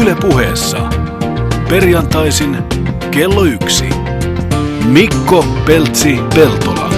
Yle Puheessa. Perjantaisin kello 1. Mikko Peltsi-Peltola.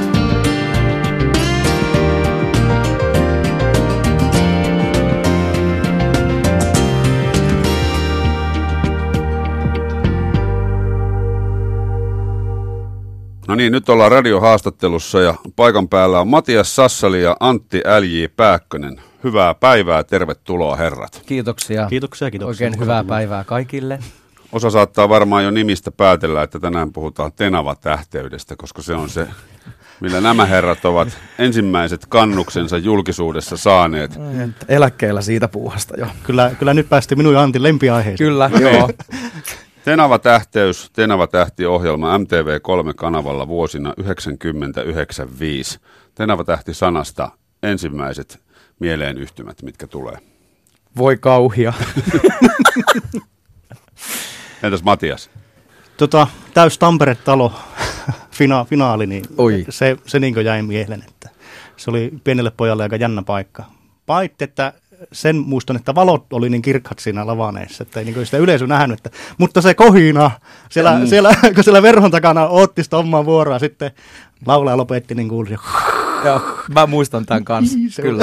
No niin, nyt ollaan radiohaastattelussa ja paikan päällä on Matias Sassali ja Antti L.J. Pääkkönen. Hyvää päivää, tervetuloa herrat. Kiitoksia. Kiitoksia. Oikein hyvää päivää kaikille. Osa saattaa varmaan jo nimistä päätellä, että tänään puhutaan Tenava-tähteydestä, koska se on se, millä nämä herrat ovat ensimmäiset kannuksensa julkisuudessa saaneet. Eläkkeellä siitä puuhasta jo. Kyllä nyt päästiin minun ja Antin lempiaiheeseen. Kyllä, joo. Tenava-tähteys, Tenava-tähti-ohjelma MTV3-kanavalla vuosina 1990-1995. Tenava-tähti-sanasta ensimmäiset mieleenyhtymät, mitkä tulee. Voi kauhia. Entäs Matias? Täys Tampere-talo finaali, niin se niin jäi mieleen, että se oli pienelle pojalle aika jännä paikka. Paitsi, että sen muistan, että valot oli niin kirkkaat siinä lavaneessa, että ei niin sitä yleisö nähnyt. Mutta se kohina, kun siellä verhon takana otti sitä omaa vuoroa, sitten laulaja lopetti, niin kuulisi. Joo, mä muistan tämän kanssa, kyllä.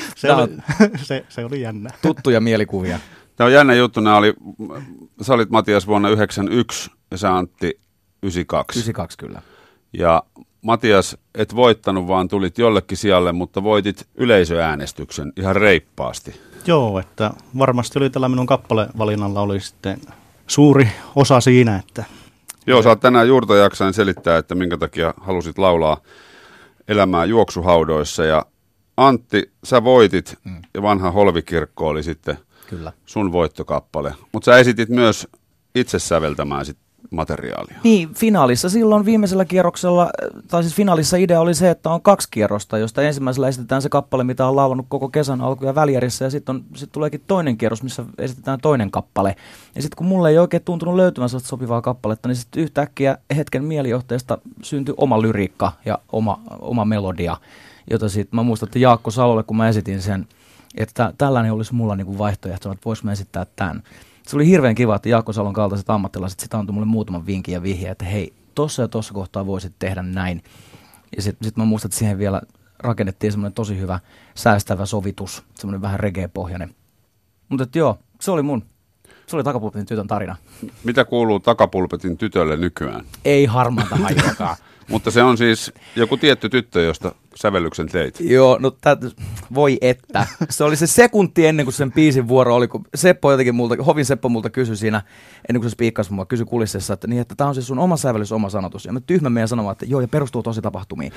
Se oli jännä. Tuttuja mielikuvia. Tämä on jännä juttu. Sä olit Matias vuonna 1991 ja sä Antti 1992. 92 kyllä. Ja Matias, et voittanut, vaan tulit jollekin sijalle, mutta voitit yleisöäänestyksen ihan reippaasti. Joo, että varmasti oli tällä minun kappalevalinnalla oli sitten suuri osa siinä, että... Joo, sä oot tänään juurta jaksain selittää, että minkä takia halusit laulaa elämää juoksuhaudoissa. Ja Antti, sä voitit ja vanha Holvikirkko oli sitten kyllä sun voittokappale. Mutta sä esitit myös itse säveltämään sit materiaalia. Niin, finaalissa silloin viimeisellä kierroksella, tai siis finaalissa idea oli se, että on 2 kierrosta, josta ensimmäisellä esitetään se kappale, mitä on laulanut koko kesän alku- ja välijärissä, ja sitten tuleekin toinen kierros, missä esitetään toinen kappale. Ja sitten kun mulle ei oikein tuntunut löytyvän sellaista sopivaa kappaletta, niin sitten yhtäkkiä hetken mielijohteesta syntyi oma lyriikka ja oma melodia, jota sitten mä muistan, että Jaakko Salolle, kun mä esitin sen, että tällainen olisi mulla niinku vaihtoehto, että vois mä esittää tämän. Se oli hirveän kiva, että Jaakko Salon kaltaiset ammattilaiset sitä antoi mulle muutaman vinkin ja vihjeä, että hei, tossa ja tossa kohtaa voisit tehdä näin. Ja sitten mä muistan, että siihen vielä rakennettiin semmoinen tosi hyvä säästävä sovitus, semmoinen vähän reggae-pohjainen. Mutta joo, se oli Takapulpetin tytön tarina. Mitä kuuluu Takapulpetin tytölle nykyään? Ei harmaata hajuakaan. Mutta se on siis joku tietty tyttö, josta sävellyksen teit. Joo, no voi että. Se oli se sekunti ennen kuin sen biisin vuoro oli, kun Seppo jotenkin Hovin Seppo multa kysyi siinä, ennen kuin se spiikkasi mua, kysyi kulississa, että niin, että tämä on siis sun oma sävellys, oma sanotus. Ja mä tyhmä meidän sanomaan, että joo, ja perustuu tosi tapahtumiin.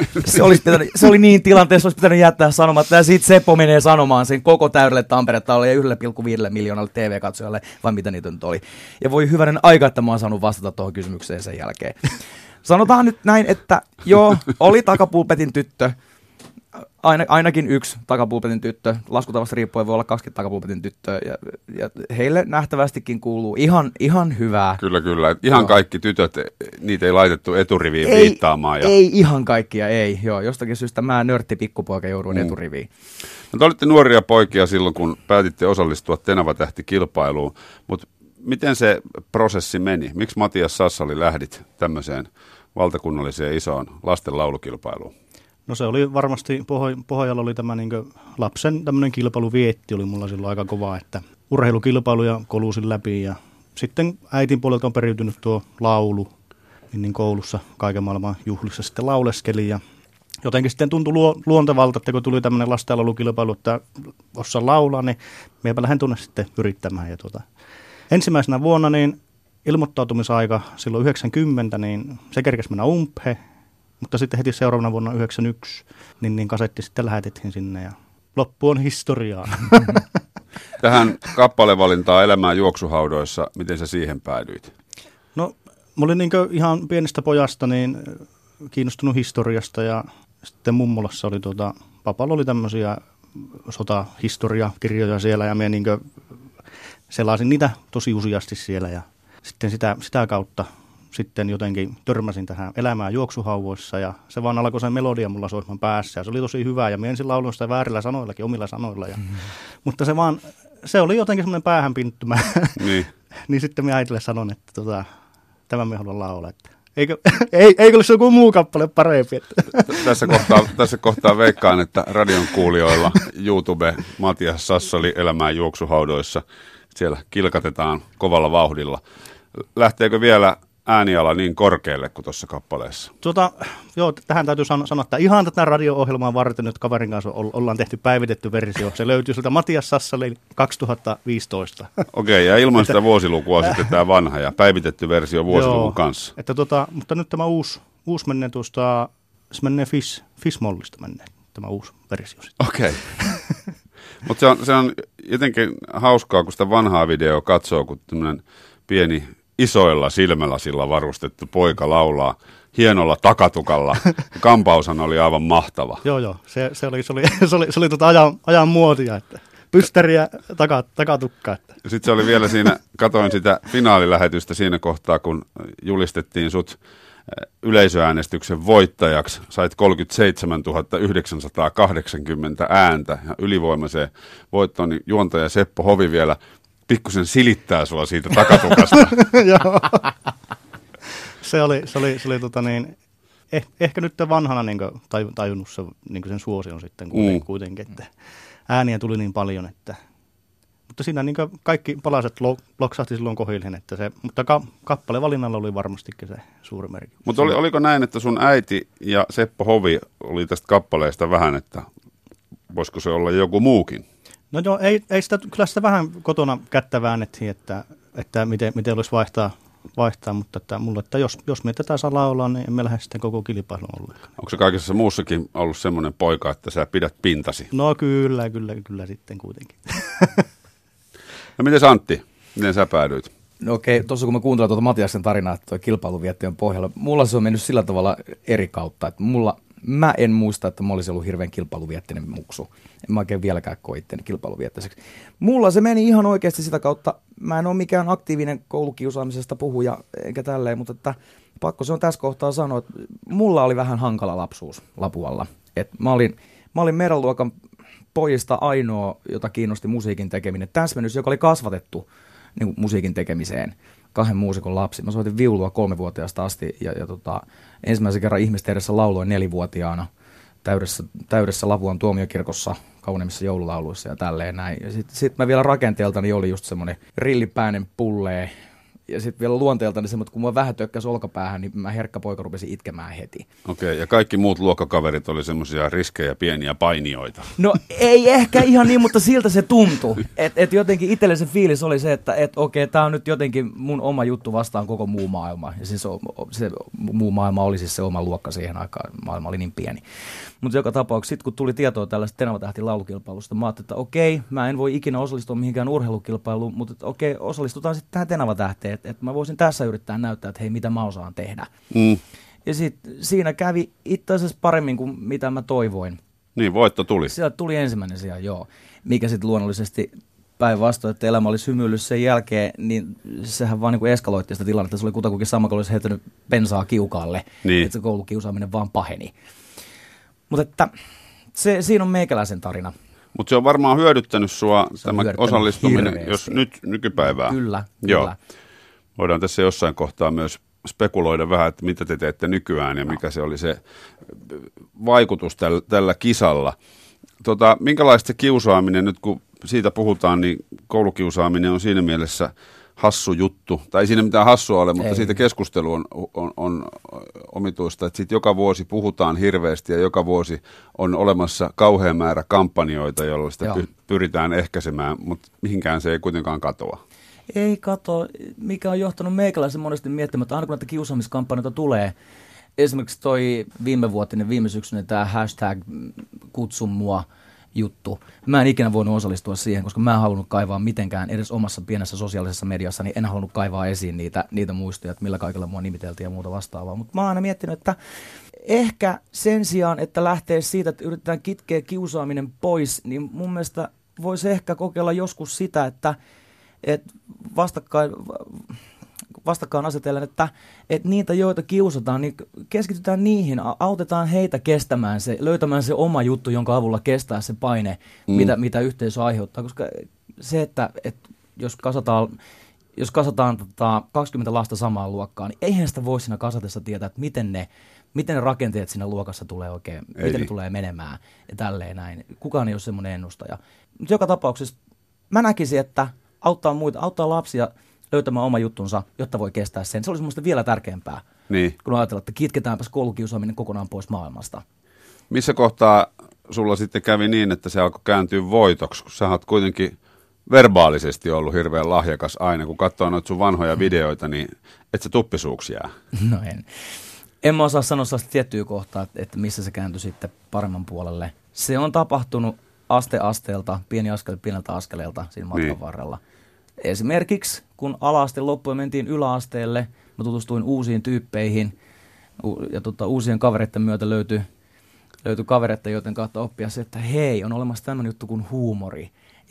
Se oli niin tilanteessa, olisi pitänyt jättää sanomatta, ja siitä Seppo menee sanomaan sen koko täydelle Tampere-talolle ja 1,5 miljoonalle TV-katsojalle, vai mitä niitä nyt oli. Ja voi hyvänen aika, että mä oon saanut vastata tuohon kysymykseen sen jälkeen. Sanotaan nyt näin, että joo, oli Takapulpetin tyttö, ainakin 1 Takapulpetin tyttö, laskutavasta riippuen voi olla 2 Takapulpetin tyttöä, ja heille nähtävästikin kuuluu ihan hyvää. Kyllä, ihan joo. Kaikki tytöt, niitä ei laitettu eturiviin viittaamaan. Ei ihan kaikkia, ei. Joo, jostakin syystä mä nörtti pikkupoika jouduin eturiviin. No, te olitte nuoria poikia silloin, kun päätitte osallistua Tenava-tähti-kilpailuun, mutta miten se prosessi meni? Miksi Matias Sassali lähdit tämmöiseen valtakunnalliseen isoon lasten laulukilpailuun? No se oli varmasti, Pohjalla oli tämä niin lapsen tämmöinen kilpailuvietti oli mulla silloin aika kova, että urheilukilpailuja kolusin läpi ja sitten äitin puolelta on periytynyt tuo laulu, niin koulussa kaiken maailman juhlissa sitten lauleskelin ja jotenkin sitten tuntui luontevalta, että kun tuli tämmöinen lasten laulukilpailu, että osaa laulaa, niin minäpä lähden tuonne sitten yrittämään ja ensimmäisenä vuonna niin ilmoittautumisaika silloin 90, niin se kerkesi mennä umpeen, mutta sitten heti seuraavana vuonna 91, niin kasetti sitten lähetettiin sinne ja loppu on historiaa. Tähän kappalevalintaan elämään juoksuhaudoissa, miten sä siihen päädyit? No, mä olin ihan pienestä pojasta niin kiinnostunut historiasta ja sitten mummolassa oli papalla oli tämmöisiä sotahistoriakirjoja siellä ja minä selasin niitä tosi useasti siellä ja sitten sitä kautta sitten jotenkin törmäsin tähän elämään juoksuhauvoissa ja se vaan alkoi sen melodia mulla soimaan päässä ja se oli tosi hyvä ja minä ensin lauloin sitä väärillä sanoillakin, omilla sanoilla. Mutta se vaan se oli jotenkin semmoinen päähänpinttymä. Niin. Niin sitten minä äitille sanon, että tämä me haluan laulaa. Että eikö olisi joku muu kappale parempi? Tässä kohtaa veikkaan, että radion kuulijoilla YouTube Matias Sassoli elämään juoksuhaudoissa. Siellä kilkatetaan kovalla vauhdilla. Lähteekö vielä ääniala niin korkealle kuin tuossa kappaleessa? Joo, tähän täytyy sanoa, että ihan tätä radio-ohjelmaa varten nyt kaverin kanssa ollaan tehty päivitetty versio. Se löytyy sieltä Matias Sassali 2015. Okei, ja ilman sitä vuosilukua sitten tämä vanha ja päivitetty versio vuosiluvun kanssa. Mutta nyt tämä uusi menee se menee Fismollista menee tämä uusi versio. Okei. Mutta se on jotenkin hauskaa, kun sitä vanhaa videoa katsoo, kun tämmöinen pieni isoilla silmälasilla varustettu poika laulaa hienolla Kampaushan oli aivan mahtava. Joo. Se oli ajan muotia, että pystäriä takatukkaa. Sitten se oli vielä siinä, katoin sitä finaalilähetystä siinä kohtaa, kun julistettiin sut yleisöäänestyksen voittajaksi. Sait 37 980 ääntä ja ylivoimaiseen voittoon, niin juontaja Seppo Hovi vielä pikkusen silittää sua siitä takatukasta. Joo. Se oli ehkä nyt vanhana niin tajunnut sen suosion sitten kuitenkin, että ääniä tuli niin paljon, että mutta siinä niin kaikki palaset loksahti silloin kohilleen, mutta kappalevalinnalla oli varmastikin se suuri merkitys. Mutta oliko näin, että sun äiti ja Seppo Hovi oli tästä kappaleesta vähän, että voisiko se olla joku muukin? No joo, ei sitä, kyllä sitä vähän kotona kättä väännettiin, että miten olisi vaihtaa, mutta että jos me tätä saa laulaa, niin emme lähde sitten koko kilpailun ollenkaan. Onko se kaikessa muussakin ollut semmoinen poika, että sä pidät pintasi? No kyllä sitten kuitenkin. No miten Antti, miten sä päädyit? No okei, tuossa kun mä kuuntelen tuota Matiaksen tarinaa, että tuo kilpailuvietti on pohjalla, mulla se on mennyt sillä tavalla eri kautta, että mä en muista, että mä olisin ollut hirveän kilpailuviettinen muksu. En mä oikein vieläkään koe itseäni kilpailuvietteiseksi. Mulla se meni ihan oikeasti sitä kautta. Mä en ole mikään aktiivinen koulukiusaamisesta puhuja eikä tälleen, mutta että pakko se on tässä kohtaa sanoa, että mulla oli vähän hankala lapsuus Lapualla. Mä olin merenluokan pojista ainoa, jota kiinnosti musiikin tekeminen. Täsmennys, joka oli kasvatettu niin musiikin tekemiseen. 2 muusikon lapsi. Mä soitin viulua 3-vuotiaasta asti ja ensimmäisen kerran ihmisten edessä lauloin 4-vuotiaana täydessä Lapuan tuomiokirkossa kauneimmissa joululauluissa ja tälleen näin. Ja sit mä vielä rakenteeltani oli just semmoinen rillipäinen pullee. Ja sitten vielä luonteeltani semmoinen, että kun mä vähän tökkäsi olkapäähän, niin mä herkkä poika rupesin itkemään heti. Okei, ja kaikki muut luokkakaverit oli semmoisia riskejä pieniä painijoita. No ei ehkä ihan niin, mutta siltä se tuntui. Et jotenkin itselle se fiilis oli se, että okei, tää on nyt jotenkin mun oma juttu vastaan koko muu maailma. Ja siis se muu maailma oli siis se oma luokka siihen aikaan. Maailma oli niin pieni. Mutta joka tapauksessa, sit kun tuli tietoa tällaista Tenava-tähti laulukilpailusta, mä ajattelin, että okei, mä en voi ikinä osallistua mihinkään urheilukilpailuun, mutta okei, osallistutaan sitten tähän Tenava-tähteen, että mä voisin tässä yrittää näyttää, että hei, mitä mä osaan tehdä. Ja sitten siinä kävi itse asiassa paremmin kuin mitä mä toivoin. Niin, voitto tuli. Sieltä tuli ensimmäinen sija, joo. Mikä sitten luonnollisesti päinvastoin, että elämä olisi hymyillyt sen jälkeen, niin sehän vaan niin eskaloitti sitä tilannetta. Se oli kutakuinkin sama, kun olisi heittänyt bensaa kiukaalle, niin. Että se koulukiusaaminen vaan paheni. Mutta että siinä on meikäläisen tarina. Mutta se on varmaan hyödyttänyt sua tämä osallistuminen, hirveästi. Jos nyt nykypäivää. Kyllä. Voidaan tässä jossain kohtaa myös spekuloida vähän, että mitä te teette nykyään ja mikä se oli se vaikutus tällä kisalla. Minkälaista se kiusaaminen, nyt kun siitä puhutaan, niin koulukiusaaminen on siinä mielessä hassu juttu, tai ei siinä mitään hassua ole, mutta siitä keskustelu on omituista, että siitä joka vuosi puhutaan hirveästi ja joka vuosi on olemassa kauhea määrä kampanjoita, joilla sitä pyritään ehkäisemään, mutta mihinkään se ei kuitenkaan katoa. Ei kato, mikä on johtanut meikäläisen monesti miettimään, että aina kun näitä kiusaamiskampanjoita tulee, esimerkiksi toi viime syksyinen tämä hashtag kutsu mua juttu. Mä en ikinä voinut osallistua siihen, koska mä en halunnut kaivaa mitenkään, edes omassa pienessä sosiaalisessa mediassa, niin en halunnut kaivaa esiin niitä muistoja, että millä kaikilla mua nimiteltiin ja muuta vastaavaa. Mutta mä oon aina miettinyt, että ehkä sen sijaan, että lähtee siitä, että yritetään kitkeä kiusaaminen pois, niin mun mielestä voisi ehkä kokeilla joskus sitä, että vastakkain asetellen, että niitä, joita kiusataan, niin keskitytään niihin, autetaan heitä kestämään se, löytämään se oma juttu, jonka avulla kestää se paine, mitä yhteisö aiheuttaa, koska se, että jos kasataan 20 lasta samaan luokkaan, niin eihän sitä voi siinä kasatessa tietää, että miten ne rakenteet siinä luokassa tulee oikein, miten ne tulee menemään ja tälleen näin. Kukaan ei ole semmoinen ennustaja. Mutta joka tapauksessa mä näkisin, että auttaa lapsia löytämään oma juttunsa, jotta voi kestää sen. Se olisi mun vielä tärkeämpää, kun ajatellaan, että kitketäänpäs koulukiusaaminen kokonaan pois maailmasta. Missä kohtaa sulla sitten kävi niin, että se alkoi kääntyä voitoksi, kun sä oot kuitenkin verbaalisesti ollut hirveän lahjakas aina. Kun katsoo noita sun vanhoja videoita, niin et sä tuppisuuksi jää. No en mä osaa sanoa sellaista tiettyä kohtaa, että missä se kääntyi sitten paremman puolelle. Se on tapahtunut asteelta, pieni askel pieneltä askeleelta siinä matkan varrella. Esimerkiksi kun ala-aste loppui ja mentiin yläasteelle, mä tutustuin uusiin tyyppeihin ja uusien kavereiden myötä löytyi kavereita, joiden kautta oppia se, että hei, on olemassa tämmöinen juttu kuin huumori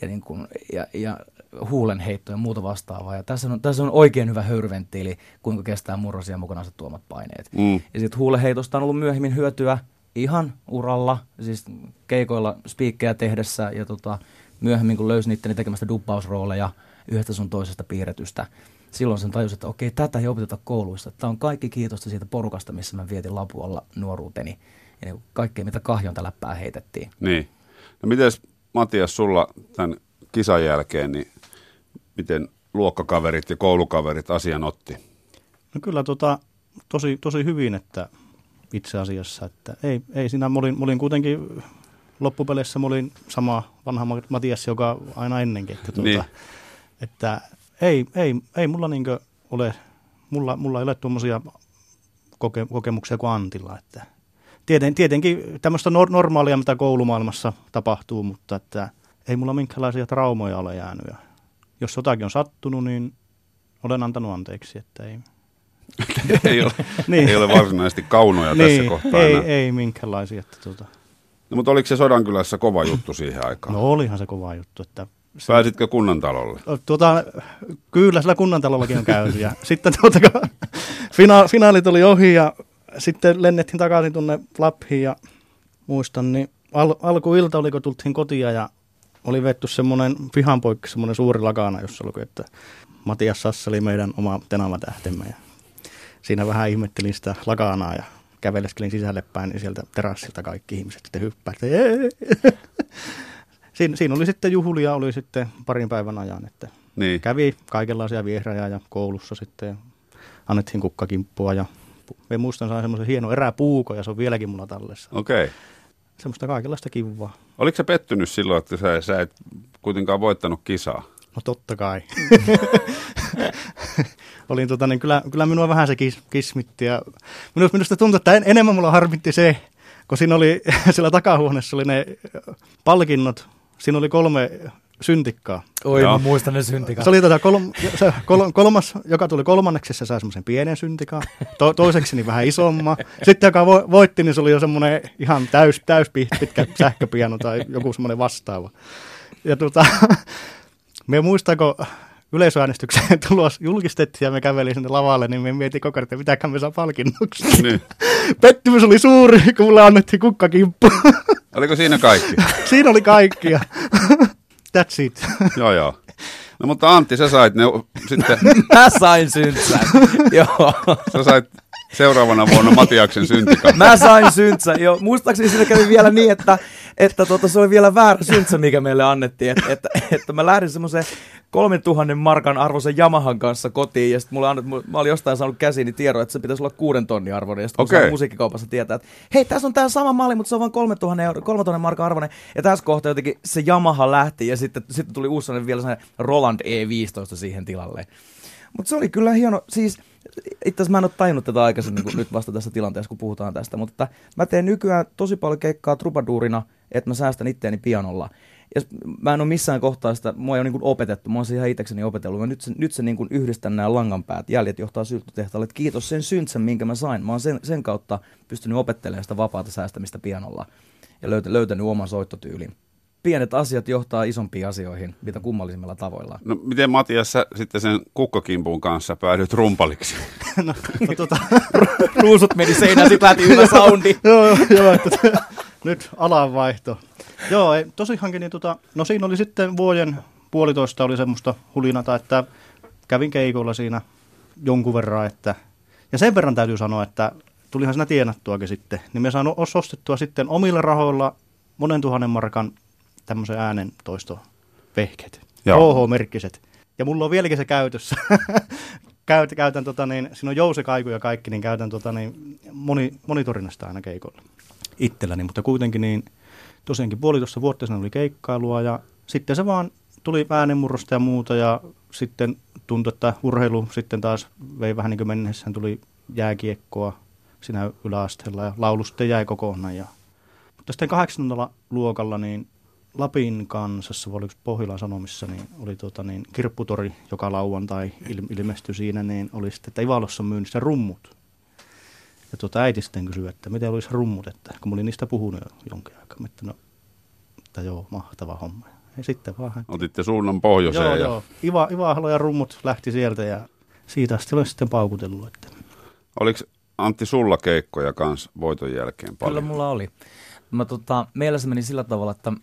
ja huulenheitto ja muuta vastaavaa. Ja tässä on oikein hyvä höyryventtiili, kuinka kestää murrosia mukanaan tuomat paineet. Ja sitten huulenheitosta on ollut myöhemmin hyötyä ihan uralla, siis keikoilla spiikkejä tehdessä ja myöhemmin kun löysin niiden tekemästä dubbausrooleja yhdestä sun toisesta piirretystä. Silloin sen tajusin, että okei, tätä ei opeteta kouluissa. Tämä on kaikki kiitosta siitä porukasta, missä mä vietin Lapualla nuoruuteni. Ja niin kaikkea, mitä kahjonta läppää heitettiin. Niin. No mites Matias, sulla tämän kisan jälkeen, niin miten luokkakaverit ja koulukaverit asian otti? No kyllä tosi hyvin, että itse asiassa, että ei siinä, mä olin kuitenkin loppupeleissä, mä olin sama vanha Matias, joka aina ennenkin, että ei mulla niinkö ole, mulla ei ole tuommoisia kokemuksia kuin Antilla, että tietenkin tämmöistä normaalia, mitä koulumaailmassa tapahtuu, mutta että ei mulla minkälaisia traumoja ole jäänyt. Ja jos jotakin on sattunut, niin olen antanut anteeksi, että ei. Ei ole varsinaisesti kaunoja tässä kohtaa. Ei minkälaisia. Että No, mutta oliko se Sodankylässä kova juttu siihen aikaan? No olihan se kova juttu. Että pääsitkö kunnantalolle? Kyllä, sillä kunnantalollakin on käyty. Ja sitten finaalit oli ohi ja sitten lennettiin takaisin tuonne Lappiin ja muistan, niin alkuilta oli, kun tultiin kotia ja oli vetty semmoinen pihan poikki, semmoinen suuri lakana, jossa oli, että Matias Sassali meidän oma tenavatähtemme. Ja siinä vähän ihmettelin sitä lakanaa ja käveleskelin sisälle päin, niin sieltä terassilta kaikki ihmiset sitten hyppäivät. Siinä oli sitten juhlia, oli sitten parin päivän ajan, että kävi kaikenlaisia vieraajia ja koulussa sitten annettiin kukkakimppua ja me muistan sain semmoisen hieno eräpuuko ja se on vieläkin mulla tallessa. Okei. Semmoista kaikenlaista kivaa. Oliko sä pettynyt silloin, että sä et kuitenkaan voittanut kisaa? No totta kai. Olin niin kyllä minua vähän se kismitti ja minusta tuntui, että enemmän mulla harmitti se, kun siinä oli siellä takahuoneessa oli ne palkinnot, siinä oli 3 syntikkaa. Oi, mä muistan ne syntikat. Se oli kolmas, joka tuli kolmanneksi, se sai semmoisen pienen syntikan, toiseksi niin vähän isomman. Sitten joka voitti, niin se oli jo semmoinen ihan täys pitkä sähköpiano tai joku semmoinen vastaava. Ja me muistan, kun yleisöäänestykseen tulos julkistettiin ja me kävelin sinne lavalle, niin me mietin koko ajan, että mitäkään me saa palkinnoksi. Niin. Pettymys oli suuri, kun mulle annettiin kukkakimppu. Oliko siinä kaikki? Siinä oli kaikkia. That's it. Joo. No mutta Antti, sä sait ne sitten... Mä sain syntsän, joo. Sä sait seuraavana vuonna Matiaksen syntikan. Mä sain syntsän, joo. Muistaakseni siinä kävi vielä niin, että se oli vielä väärä syntsä, mikä meille annettiin. Että mä lähdin semmoiseen 3000 markan arvoisen Yamahan kanssa kotiin, ja sitten mä olin jostain saanut käsiini tiedon, että se pitäisi olla 6 tonnin arvoinen, ja sitten kun musiikkikaupassa tietää, että hei, tässä on tämä sama malli, mutta se on vain 3000 markan arvoinen, ja tässä kohtaa jotenkin se Yamaha lähti, ja sitten tuli uusi vielä sellainen Roland E15 siihen tilalle. Mutta se oli kyllä hieno, siis itse asiassa mä en ole tajunnut tätä aikaisemmin kuin nyt vasta tässä tilanteessa, kun puhutaan tästä, mutta mä teen nykyään tosi paljon keikkaa trubaduurina, että mä säästän itteeni pianolla. Ja mä en ole missään kohtaa sitä, mua ei ole niin kuin opetettu, mä oon se ihan itsekseni opetellut. Mä nyt se niin kuin yhdistän nämä langanpäät, jäljet johtaa sylttytehtaalle, että kiitos sen syntsän, minkä mä sain. Mä oon sen kautta pystynyt opettelemaan sitä vapaata säästämistä pianolla ja löytänyt oman soittotyylin. Pienet asiat johtaa isompiin asioihin, mitä kummallisimmilla tavoilla. No miten Matias sä sitten sen kukkakimpun kanssa päädyt rumpaliksi? Ruusut meni seinään, sit lähti hyvä soundi. Joo, nyt alanvaihto. Joo, tosiaankin, niin no siinä oli sitten vuoden puolitoista oli semmoista hulinata, että kävin keikoilla siinä jonkun verran, että ja sen verran täytyy sanoa, että tulihan siinä tienattuakin sitten, niin me saan ostettua sitten omilla rahoilla monen 1000 markan tämmöisen äänentoistovehkeet, HH-merkkiset. Ja mulla on vieläkin se käytössä. Käytän siinä on jousikaiku ja kaikki, niin käytän monitorinasta aina keikoilla itselläni, mutta kuitenkin niin tosiaankin puolitoista vuotta siinä oli keikkailua ja sitten se vaan tuli äänenmurrosta ja muuta ja sitten tuntui, että urheilu sitten taas vei vähän niin kuin mennessään, tuli jääkiekkoa siinä yläasteella ja laulu sitten jäi kokonaan. Mutta sitten 8. luokalla niin Lapin Kansassa, vai oliko Pohjolan Sanomissa, niin oli kirpputori, joka lauantai ilmestyi siinä, niin oli sitten, että Ivalossa on myynnissä rummut. Ja äiti sitten kysyi, että miten olisi rummut, että kun mä olin niistä puhunut jo jonkin aikaa, että joo, mahtava homma. Ja sitten vaan. Otitte suunnan pohjoiseen. Joo. Ivahalo ja rummut lähti sieltä ja siitä asti olen sitten paukutellut. Että. Oliko Antti sulla keikkoja kanssa voiton jälkeen paljon? Kyllä mulla oli. Meillä se meni sillä tavalla, että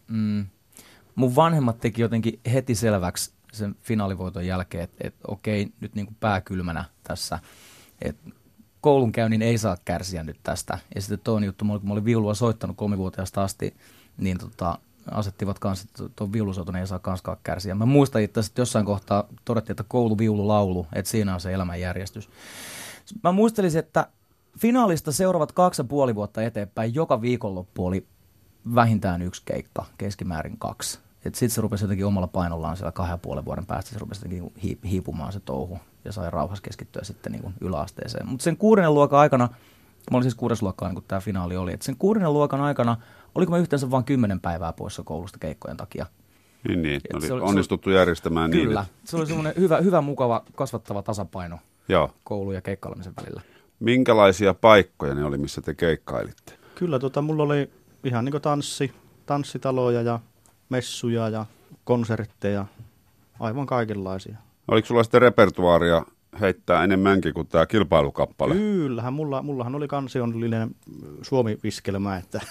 mun vanhemmat teki jotenkin heti selväksi sen finaalivoiton jälkeen, että okei, nyt niin kuin pää kylmänä tässä, että koulunkäynnin ei saa kärsiä nyt tästä. Ja sitten toinen juttu, kun mä olin viulua soittanut 3-vuotiaasta asti, niin asettivat kanssa, että tuon viulusoiton ei saa kanskaan kärsiä. Mä muistan itse asiassa, että jossain kohtaa todettiin, että kouluviululaulu, että siinä on se elämänjärjestys. Mä muistelisin, että finaalista seuraavat 2,5 vuotta eteenpäin joka viikonloppu oli vähintään 1 keikka, keskimäärin 2. Sitten se rupesi jotenkin omalla painollaan siellä 2,5 vuoden päästä, se rupesi jotenkin hiipumaan se touhu ja sai rauhassa keskittyä sitten niin kuin yläasteeseen. Mutta sen 6. luokan aikana, mä olin siis 6. luokkaa niin kuin tämä finaali oli, että sen 6. luokan aikana oliko mä yhteensä vain 10 päivää poissa koulusta keikkojen takia. Niin, oli onnistuttu järjestämään niin. Kyllä, se oli semmoinen hyvä, mukava, kasvattava tasapaino koulun ja keikkailemisen välillä. Minkälaisia paikkoja ne oli, missä te keikkailitte? Kyllä, mulla oli ihan niin kuin tanssitaloja ja messuja ja konsertteja, aivan kaikenlaisia. Oliko sulla sitten repertuaaria heittää enemmänkin kuin tämä kilpailukappale? Kyllähän, mullahan oli kansiollinen Suomi-viskelmä, että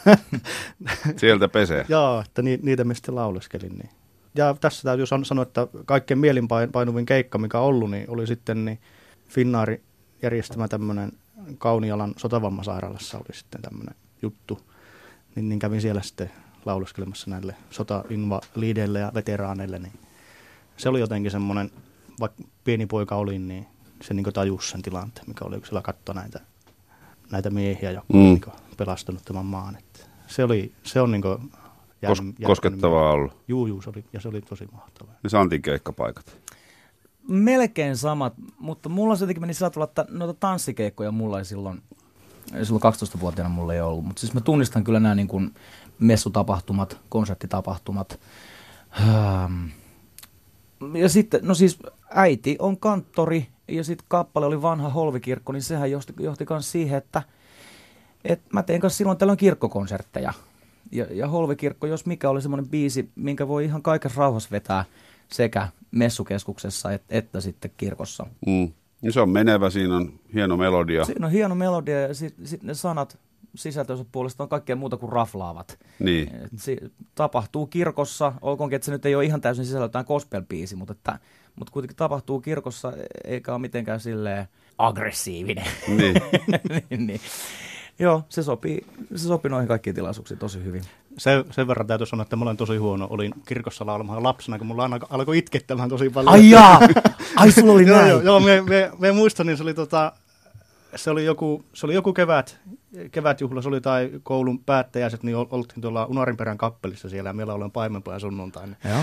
sieltä pesee. Joo, että niitä me sitten lauleskelin. Niin. Ja tässä täytyy sanoa, että kaikkein mielinpainuvin keikka, mikä on ollut, niin oli sitten niin Finnaarin järjestämä tämmöinen Kaunialan sotavammasairaalassa oli sitten tämmöinen juttu, niin kävin siellä sitten lauleskelemassa näille sotainvalideille ja veteraaneille, niin se oli jotenkin semmoinen, vaikka pieni poika olin, niin se niin tajusi sen tilanteen, mikä oli, kun siellä katsoi näitä miehiä, jotka on niin pelastunut tämän maan. Että se on niin koskettavaa ollut. Juu, se oli tosi mahtavaa. Ne saatiin keikkapaikat. Melkein samat, mutta mulla se jotenkin meni sillä tavalla, että noita tanssikeikkoja mulla ei silloin 12-vuotiaana mulla ei ollut. Mutta siis mä tunnistan kyllä nämä niin kuin messutapahtumat, konserttitapahtumat. Ja sitten, no siis äiti on kanttori ja sitten kappale oli vanha Holvikirkko, niin sehän johti myös siihen, että mä tein kanssa silloin tällöin kirkkokonsertteja. Ja Holvikirkko, jos mikä, oli semmoinen biisi, minkä voi ihan kaikessa rauhassa vetää sekä messukeskuksessa että sitten kirkossa. Ja se on menevä, siinä on hieno melodia. Siinä on hieno melodia ja sitten ne sanat sisältönsä puolesta on kaikkea muuta kuin raflaavat. Niin. Tapahtuu kirkossa, olkoonkin, että se nyt ei ole ihan täysin sisällöltään gospel-biisi, mutta kuitenkin tapahtuu kirkossa eikä ole mitenkään silleen aggressiivinen. Niin. Joo, se sopii noihin kaikkiin tilaisuuksiin tosi hyvin. Sen verran täytyy sanoa, että mä olen tosi huono. Olin kirkossa laulamaan lapsena, kun mulla alkoi itkettämään tosi paljon. Ai jaa! Ai sulla oli näin! Joo, me muistan, niin se oli joku kevätjuhla, se oli tai koulun päättäjäiset, niin oltiin tuolla Unarinperän kappelissa siellä ja meillä olen paimenpoja sunnuntaina. Joo.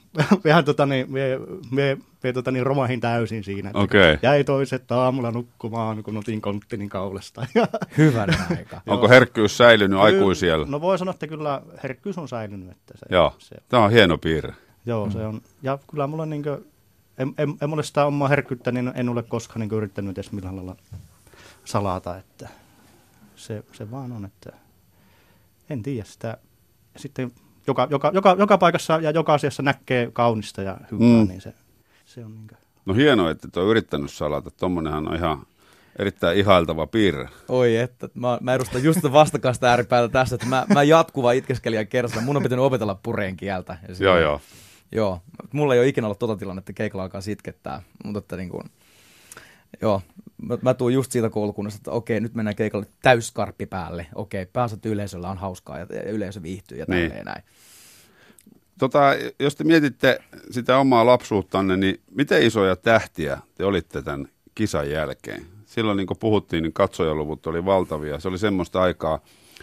Me romahin täysin siinä. Okay. Jäi toiset aamulla nukkumaan, kun otin konttinin kaulasta. Hyvänä aika. Onko herkkyys säilynyt aikuisiellä? No voi sanoa, että kyllä herkkyys on säilynyt. Että tämä on hieno piirre. Joo, se on. Ja kyllä mulla en mulle sitä omaa herkkyyttä, niin en ole koskaan yrittänyt edes millään lailla salata. Että se vaan on, että en tiedä sitä. Sitten joka paikassa ja joka asiassa näkee kaunista ja hyvää, niin se on niin kuin. No hienoa, että et ole yrittänyt salata. Tuommoinenhan on ihan erittäin ihailtava piirre. Oi että, mä edustan just vastakkaista ääripäätä tässä, että mä jatkuva itkeskelijän kerrassa. Mun on pitänyt opetella pureen kieltä. Joo. Joo, mulla ei ole ikinä ollut tota tilannetta, keikalla alkaa sitkettää, mutta että niin kuin, joo, mä tuun just siitä koulukunnasta, että okei, nyt mennään keikalle täyskarppi päälle, okei, pääset yleisöllä on hauskaa ja yleisö viihtyy ja tälleen näin. Jos te mietitte sitä omaa lapsuuttanne, niin miten isoja tähtiä te olitte tämän kisan jälkeen? Silloin niin kuin puhuttiin, niin katsojaluvut oli valtavia. Se oli semmoista aikaa,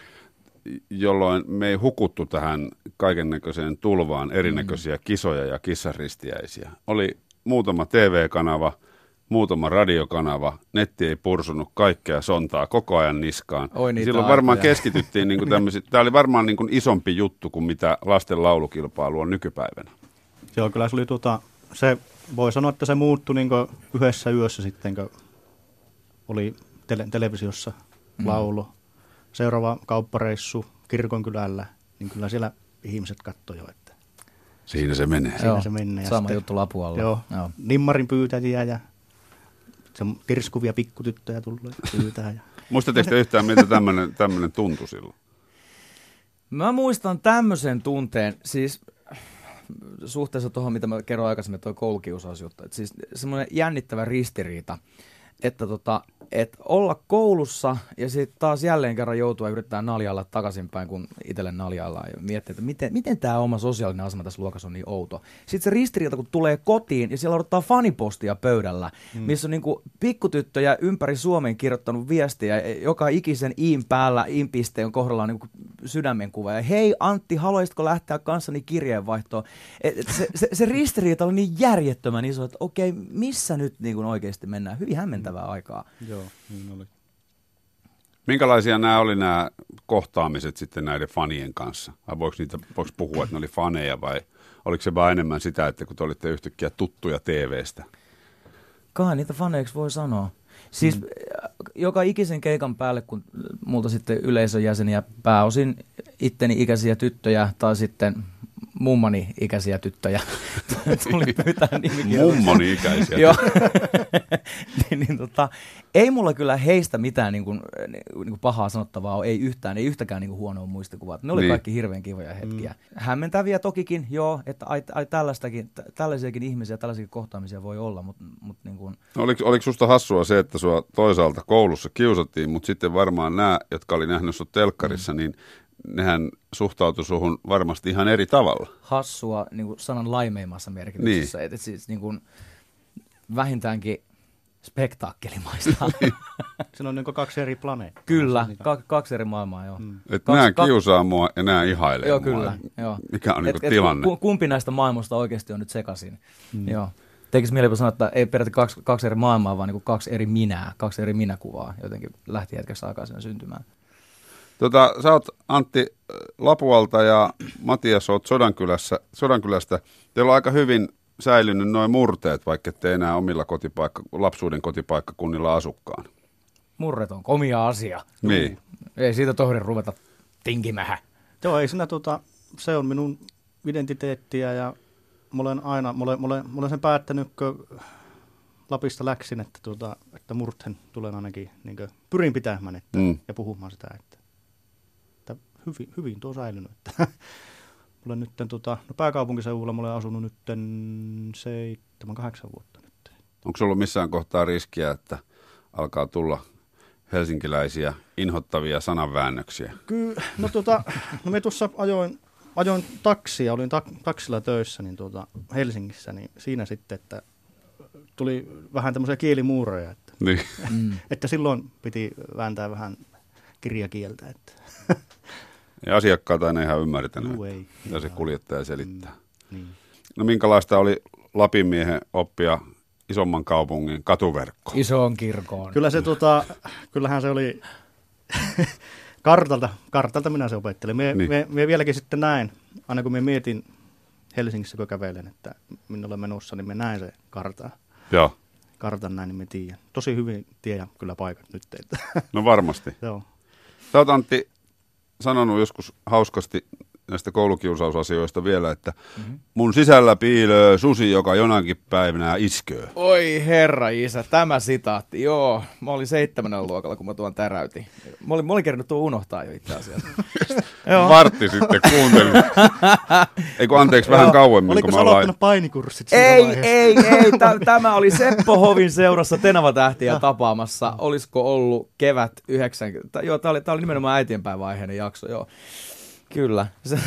jolloin me ei hukuttu tähän kaikennäköiseen tulvaan erinäköisiä kisoja ja kissaristiäisiä. Oli muutama TV-kanava, muutama radiokanava, netti ei pursunut kaikkea sontaa koko ajan niskaan. Silloin varmaan keskityttiin, niin kuin tämä oli varmaan niin kuin isompi juttu kuin mitä lasten laulukilpailu on nykypäivänä. Joo, kyllä se oli se voi sanoa, että se muuttui niin kuin yhdessä yössä sitten, kun oli televisiossa laulu. Seuraava kauppareissu kirkonkylällä, niin kyllä siellä ihmiset katsoi jo, että siinä se menee. Se menee. Sama sitten, juttu Lapualla. Joo, nimmarin pyytäjiä ja tirskuvia pikkutyttöjä tullut pyytää. Muistatteko yhtään, miltä tämmöinen tuntui silloin? Mä muistan tämmöisen tunteen, siis suhteessa tuohon, mitä mä kerroin aikaisemmin, tuo koulukiusausjuttu, että siis semmoinen jännittävä ristiriita, että olla koulussa ja sitten taas jälleen kerran joutua ja yrittää naljailla takaisinpäin, kun itselle naljaillaan ja miettiä, että miten tämä oma sosiaalinen asema tässä luokassa on niin outo. Sitten se ristiriita, kun tulee kotiin ja siellä odottaa fanipostia pöydällä, missä on niinku pikkutyttöjä ympäri Suomen kirjoittanut viestiä, joka ikisen iin päällä, iin-pisteen kohdalla on niinku sydämenkuva. Ja hei Antti, haluaisitko lähteä kanssani kirjeenvaihtoon? Se ristiriita oli niin järjettömän iso, että okei, missä nyt niinku oikeasti mennään? Hyvin hämmentävää aikaa. Joo, niin oli. Minkälaisia oli nämä kohtaamiset sitten näiden fanien kanssa? Vai voiko puhua, että ne oli faneja vai oliko se vaan enemmän sitä, että kun te olitte yhtäkkiä tuttuja TV:stä? Kai niitä faneiksi voi sanoa. Siis joka ikisen keikan päälle, kun multa sitten yleisön jäseniä pääosin itteni ikäisiä tyttöjä tai sitten mummani ikäisiä tyttöjä tuli pyytää nimikirjoja. Mummani ikäisiä Joo. Ei mulla kyllä heistä mitään niin kuin pahaa sanottavaa ole, ei yhtäkään niin kuin huonoa muistikuvaa. Ne oli kaikki hirveän kivoja hetkiä. Hämmentäviä tokikin, joo, että tällaisiakin ihmisiä, tällaisiakin kohtaamisia voi olla, mutta niin kuin... Oliko susta hassua se, että sua toisaalta koulussa kiusattiin, mutta sitten varmaan nämä, jotka oli nähnyt sut telkkarissa, niin nehän suhtautui suhun varmasti ihan eri tavalla. Hassua niin kuin sanan laimeimmassa merkityksessä. Niin. Että siis niin kuin vähintäänkin spektaakkelimaista. Se on niin kuin kaksi eri planeettaa. Kyllä, kaksi eri maailmaa, joo. Että nämä kiusaa mua ja nämä ihailee joo, mua. Kyllä, joo. Mikä on niin tilanne? Kumpi näistä maailmoista oikeasti on nyt sekaisin? Joo. Tekisi mieli sanoa, että ei periaatteessa kaksi eri maailmaa, vaan niin kuin kaksi eri minää, kaksi eri minäkuvaa jotenkin lähti hetkeksi aikaa siinä syntymään. Sä oot Antti Lapualta ja Matias oot Sodankylästä. Teillä on aika hyvin säilynyt noin murteet, vaikka ette enää omilla lapsuuden kotipaikkakunnilla asukkaan. Murret on komia asia. Niin. Ei siitä tohdi ruveta tinkimähä. Joo, ei siinä se on minun identiteettiä ja mä olen sen päättänyt, kun Lapista läksin, että murten tulen ainakin pyrin pitämään ja puhumaan sitä, että hyvin tuo säilynyt. Olen nyt pääkaupunkiseudulla olen asunut nyt 7-8 vuotta nyt. Onko ollut missään kohtaa riskiä, että alkaa tulla helsinkiläisiä inhottavia sananväännöksiä? Kyllä, me tuossa ajoin taksia, olin taksilla töissä niin Helsingissä, niin siinä sitten, että tuli vähän tämmöisiä kielimuuroja, että, että silloin piti vääntää vähän kirjakieltä. Että. Ja asiakkaat aina ihan ymmärtänyt, mitä se kuljettaja selittää. Niin. No minkälaista oli Lapin miehen oppia isomman kaupungin katuverkko? Isoon kirkoon. Kyllä se, kyllähän se oli kartalta minä se opettelin. Me vieläkin sitten näin, aina kun me mietin Helsingissä, kun kävelen, että minne olen menossa, niin me näen se kartaa. Joo. Kartan näin, niin me tiedän. Tosi hyvin tiedän kyllä paikat nyt. Että. No varmasti. Joo. Sä oot Antti sanonut joskus hauskasti näistä koulukiusausasioista vielä, että mun sisällä piilöö susi, joka jonakin päivänä isköö. Oi herra isä, tämä sitaatti, joo. Mä olin 7. luokalla, kun mä tuon täräytin. Mä olin kerännyt tuon unohtaa jo itse asiassa. Vartti sitten kuuntelin. Eikö anteeksi vähän kauemmin, oliko kun sä mä ollaan... aloittanut painikurssit siinä Ei. Tämä oli Seppo Hovin seurassa Tenava-tähtiä tapaamassa. Olisiko ollut kevät 90? Joo, tää oli nimenomaan äitienpäiväaiheinen jakso, joo. Kyllä.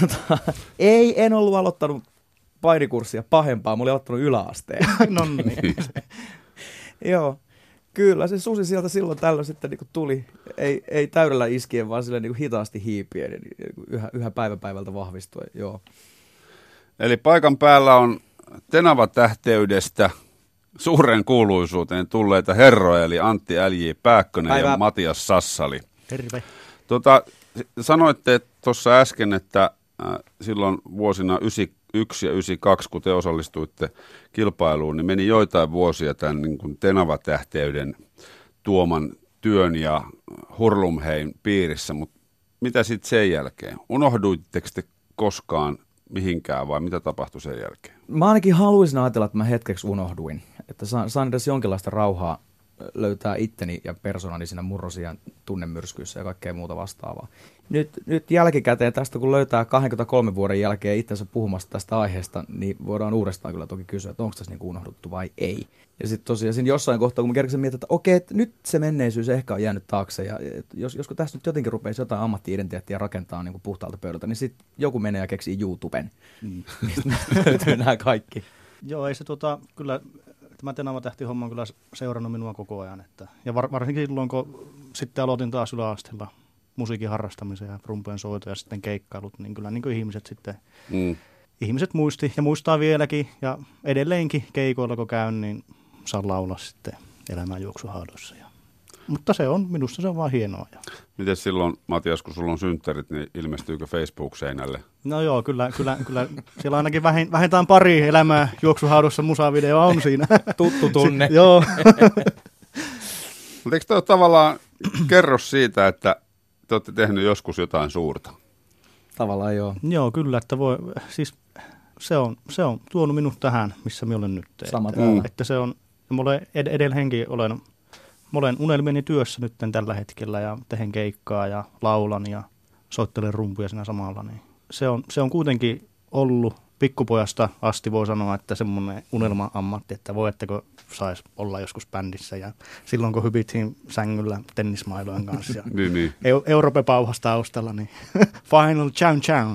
En ollut aloittanut painikurssia pahempaa, mä olin aloittanut yläasteen. No niin. Joo, kyllä se susi sieltä silloin tällöin sitten niin tuli, ei täydellä iskien, vaan silleen niin hitaasti hiipien, niin yhä päivältä vahvistuen, joo. Eli paikan päällä on Tenava-tähteydestä suuren kuuluisuuteen tulleita herroja, eli Antti L.J. Pääkkönen ja Matias Sassali. Terve. Sanoitte tuossa äsken, että silloin vuosina 1991 ja 1992, kun te osallistuitte kilpailuun, niin meni joitain vuosia tämän niin kuin Tenava-tähteyden tuoman työn ja hurlumhein piirissä, mutta mitä sitten sen jälkeen? Unohduitteko te koskaan mihinkään vai mitä tapahtui sen jälkeen? Mä ainakin haluaisin ajatella, että mä hetkeksi unohduin, että saan edes jonkinlaista rauhaa löytää itteni ja persoonani siinä murrosian tunnemyrskyissä ja kaikkea muuta vastaavaa. Nyt jälkikäteen tästä, kun löytää 23 vuoden jälkeen itsensä puhumasta tästä aiheesta, niin voidaan uudestaan kyllä toki kysyä, että onko tässä niin unohduttu vai ei. Ja sitten tosiaan siinä jossain kohtaa, kun mä kerkesin miettiä, että okei, että nyt se menneisyys ehkä on jäänyt taakse, ja josko tässä nyt jotenkin rupeisi jotain ammatti-identiteettiä rakentaa niin kuin puhtaalta pöydältä, niin sitten joku menee ja keksii YouTuben. Mistä löytyy nämä kaikki. Joo, ei se kyllä... Tämä Tenava-tähti-homma on kyllä seurannut minua koko ajan. Ja varsinkin silloin, kun sitten aloitin taas yläasteella musiikin harrastamisen ja rumpujen soito ja sitten keikkailut, niin kyllä niin kuin ihmiset muisti ja muistaa vieläkin. Ja edelleenkin kun käyn, niin saan laulaa sitten elämän juoksuhaadoissa. Mutta minusta se on vaan hienoa. Miten silloin, Matias, kun sulla on synttärit, niin ilmestyykö Facebook-seinälle? No joo, kyllä. Siellä ainakin vähintään pari elämää juoksuhaadossa musavideoa on siinä. Tuttu tunne. Joo. Mutta eikö toi tavallaan kerro siitä, että te olette tehnyt joskus jotain suurta? Tavallaan joo. Joo, kyllä, että siis se on tuonut minut tähän, missä minä olen nyt. Että se on, edelleenkin olen unelmieni työssä nyt tällä hetkellä ja tehen keikkaa ja laulan ja soittelen rumpuja siinä samalla. Niin se on kuitenkin ollut pikkupojasta asti, voi sanoa, että semmoinen unelma-ammatti, että voitteko saisi olla joskus bändissä. Ja silloin kun hypittiin sängyllä tennismailojen kanssa ja niin. Europe pauhas taustalla, niin final chow.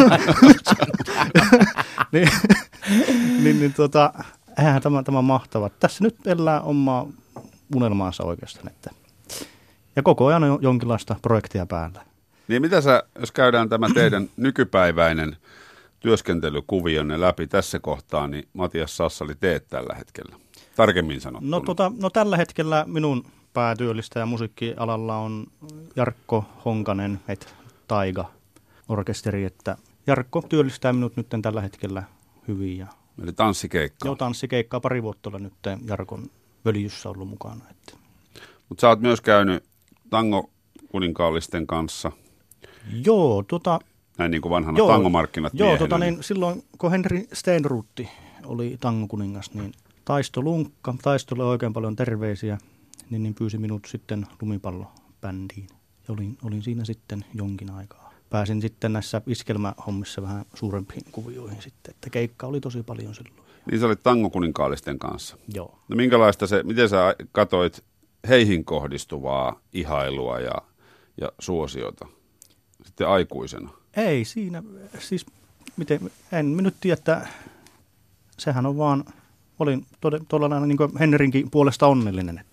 Eihän tämä mahtava. Tässä nyt elää omaa unelmaansa oikeastaan. Ja koko ajan on jonkinlaista projektia päällä. Niin mitä jos käydään tämä teidän nykypäiväinen työskentelykuvionne läpi tässä kohtaa, niin Matias Sassali teet tällä hetkellä? Tarkemmin sanottuna. No tällä hetkellä minun päätyöllistäjä musiikkialalla on Jarkko Honkanen, Taiga-orkesteri, että Jarkko työllistää minut nyt tällä hetkellä hyvin. Eli tanssikeikkaa. Joo, tanssikeikkaa. Pari vuotta olen nyt Jarkon Völjyssä ollut mukana. Mutta sä oot myös käynyt tango-kuninkaallisten kanssa. Joo, näin niin kuin vanhana tangomarkkinat miehenä. Niin silloin kun Henri Steinruutti oli tangokuningas, niin taistolle oikein paljon terveisiä, niin pyysi minut sitten lumipallobändiin. Ja olin siinä sitten jonkin aikaa. Pääsin sitten näissä iskelmähommissa vähän suurempiin kuvioihin sitten, että keikka oli tosi paljon silloin. Niin sä olit tangokuninkaallisten kanssa. Joo. No miten sä katsoit heihin kohdistuvaa ihailua ja suosiota sitten aikuisena? Ei siinä, siis en minä tiedä, että sehän on vaan, olin todella niin kuin Henrinkin puolesta onnellinen, että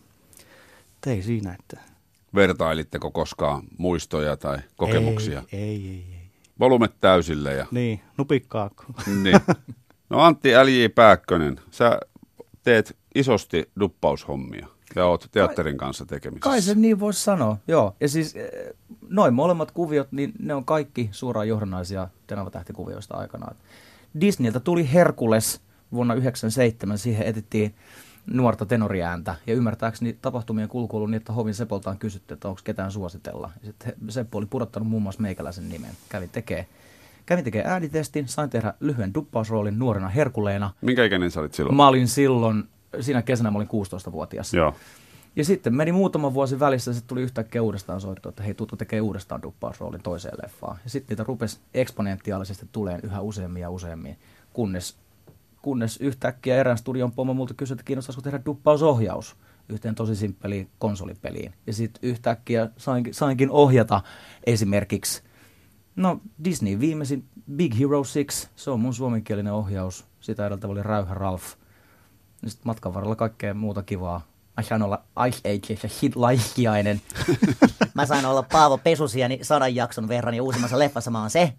ei siinä, että... Vertailitteko koskaan muistoja tai kokemuksia? Ei. Volumet täysille ja... Niin, nupikkaakko. Niin. No Antti L.J. Pääkkönen, sä teet isosti duppaushommia ja oot teatterin kanssa tekemisissä. Kai se niin voisi sanoa, joo. Ja siis noin molemmat kuviot, niin ne on kaikki suoraan johdannaisia Tenava-tähtikuvioista aikanaan. Disneyltä tuli Herkules vuonna 1997, siihen etittiin nuorta tenoriääntä. Ja ymmärtääkseni tapahtumien kulku ollut niin, että Hovin Sepoltaan kysytty, että onko ketään suositella. Ja sitten Seppo oli pudottanut muun muassa meikäläisen nimen, kävi tekemään Kävin tekemään äänitestin, sain tehdä lyhyen duppausroolin nuorena Herkuleena. Minkä ikäinen sä olit silloin? Mä olin silloin, siinä kesänä mä olin 16-vuotias. Joo. Ja sitten meni muutama vuosi välissä, sitten tuli yhtäkkiä uudestaan soitto, että hei, tuttu tekee uudestaan duppausroolin toiseen leffaan. Ja sitten niitä rupesi eksponentiaalisesti tulemaan yhä useammin ja useammin, kunnes yhtäkkiä erään studion pomo multa kysyi, että kiinnostaisiko tehdä duppausohjaus yhteen tosi simppeliin konsolipeliin. Ja sitten yhtäkkiä sainkin ohjata esimerkiksi, Disney viimeisin Big Hero 6, se on mun suomenkielinen ohjaus. Sitä edeltävä oli Räyhä Ralph. Ja sitten matkan varrella kaikkea muuta kivaa. Mä sain olla Ice Ageissa hitlaiskiainen. Mä sain olla Paavo Pesusieni 100 jakson verran ja uusimmassa leffassa mä oon se.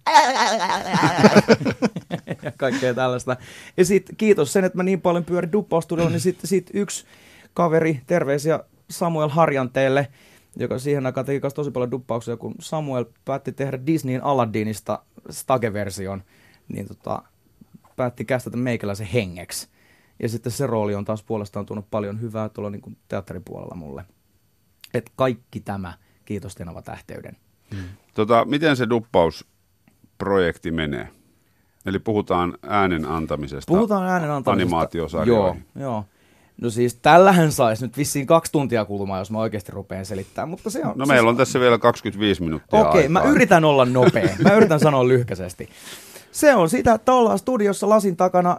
Ja kaikkea tällaista. Ja sitten kiitos sen, että mä niin paljon pyörin duppaustudiolla, niin sitten yksi kaveri, terveisiä Samuel Harjanteelle, joka siihen aikaan teki tosi paljon duppauksia, kun Samuel päätti tehdä Disneyn Aladdinista Stage-version, niin päätti kästätä meikäläisen hengeksi. Ja sitten se rooli on taas puolestaan tuonut paljon hyvää tuolla niin kuin teatteripuolella mulle. Et kaikki tämä, kiitos Tenava Tähteyden. Miten se duppausprojekti menee? Eli puhutaan äänen antamisesta. Animaatiosarjoihin. Joo. No siis tällähän saisi nyt vissiin 2 tuntia kulumaan, jos mä oikeasti rupean selittämään, mutta se on... No meillä on tässä vielä 25 minuuttia Okei, mä yritän olla nopea. Mä yritän sanoa lyhkäisesti. Se on sitä, että ollaan studiossa lasin takana,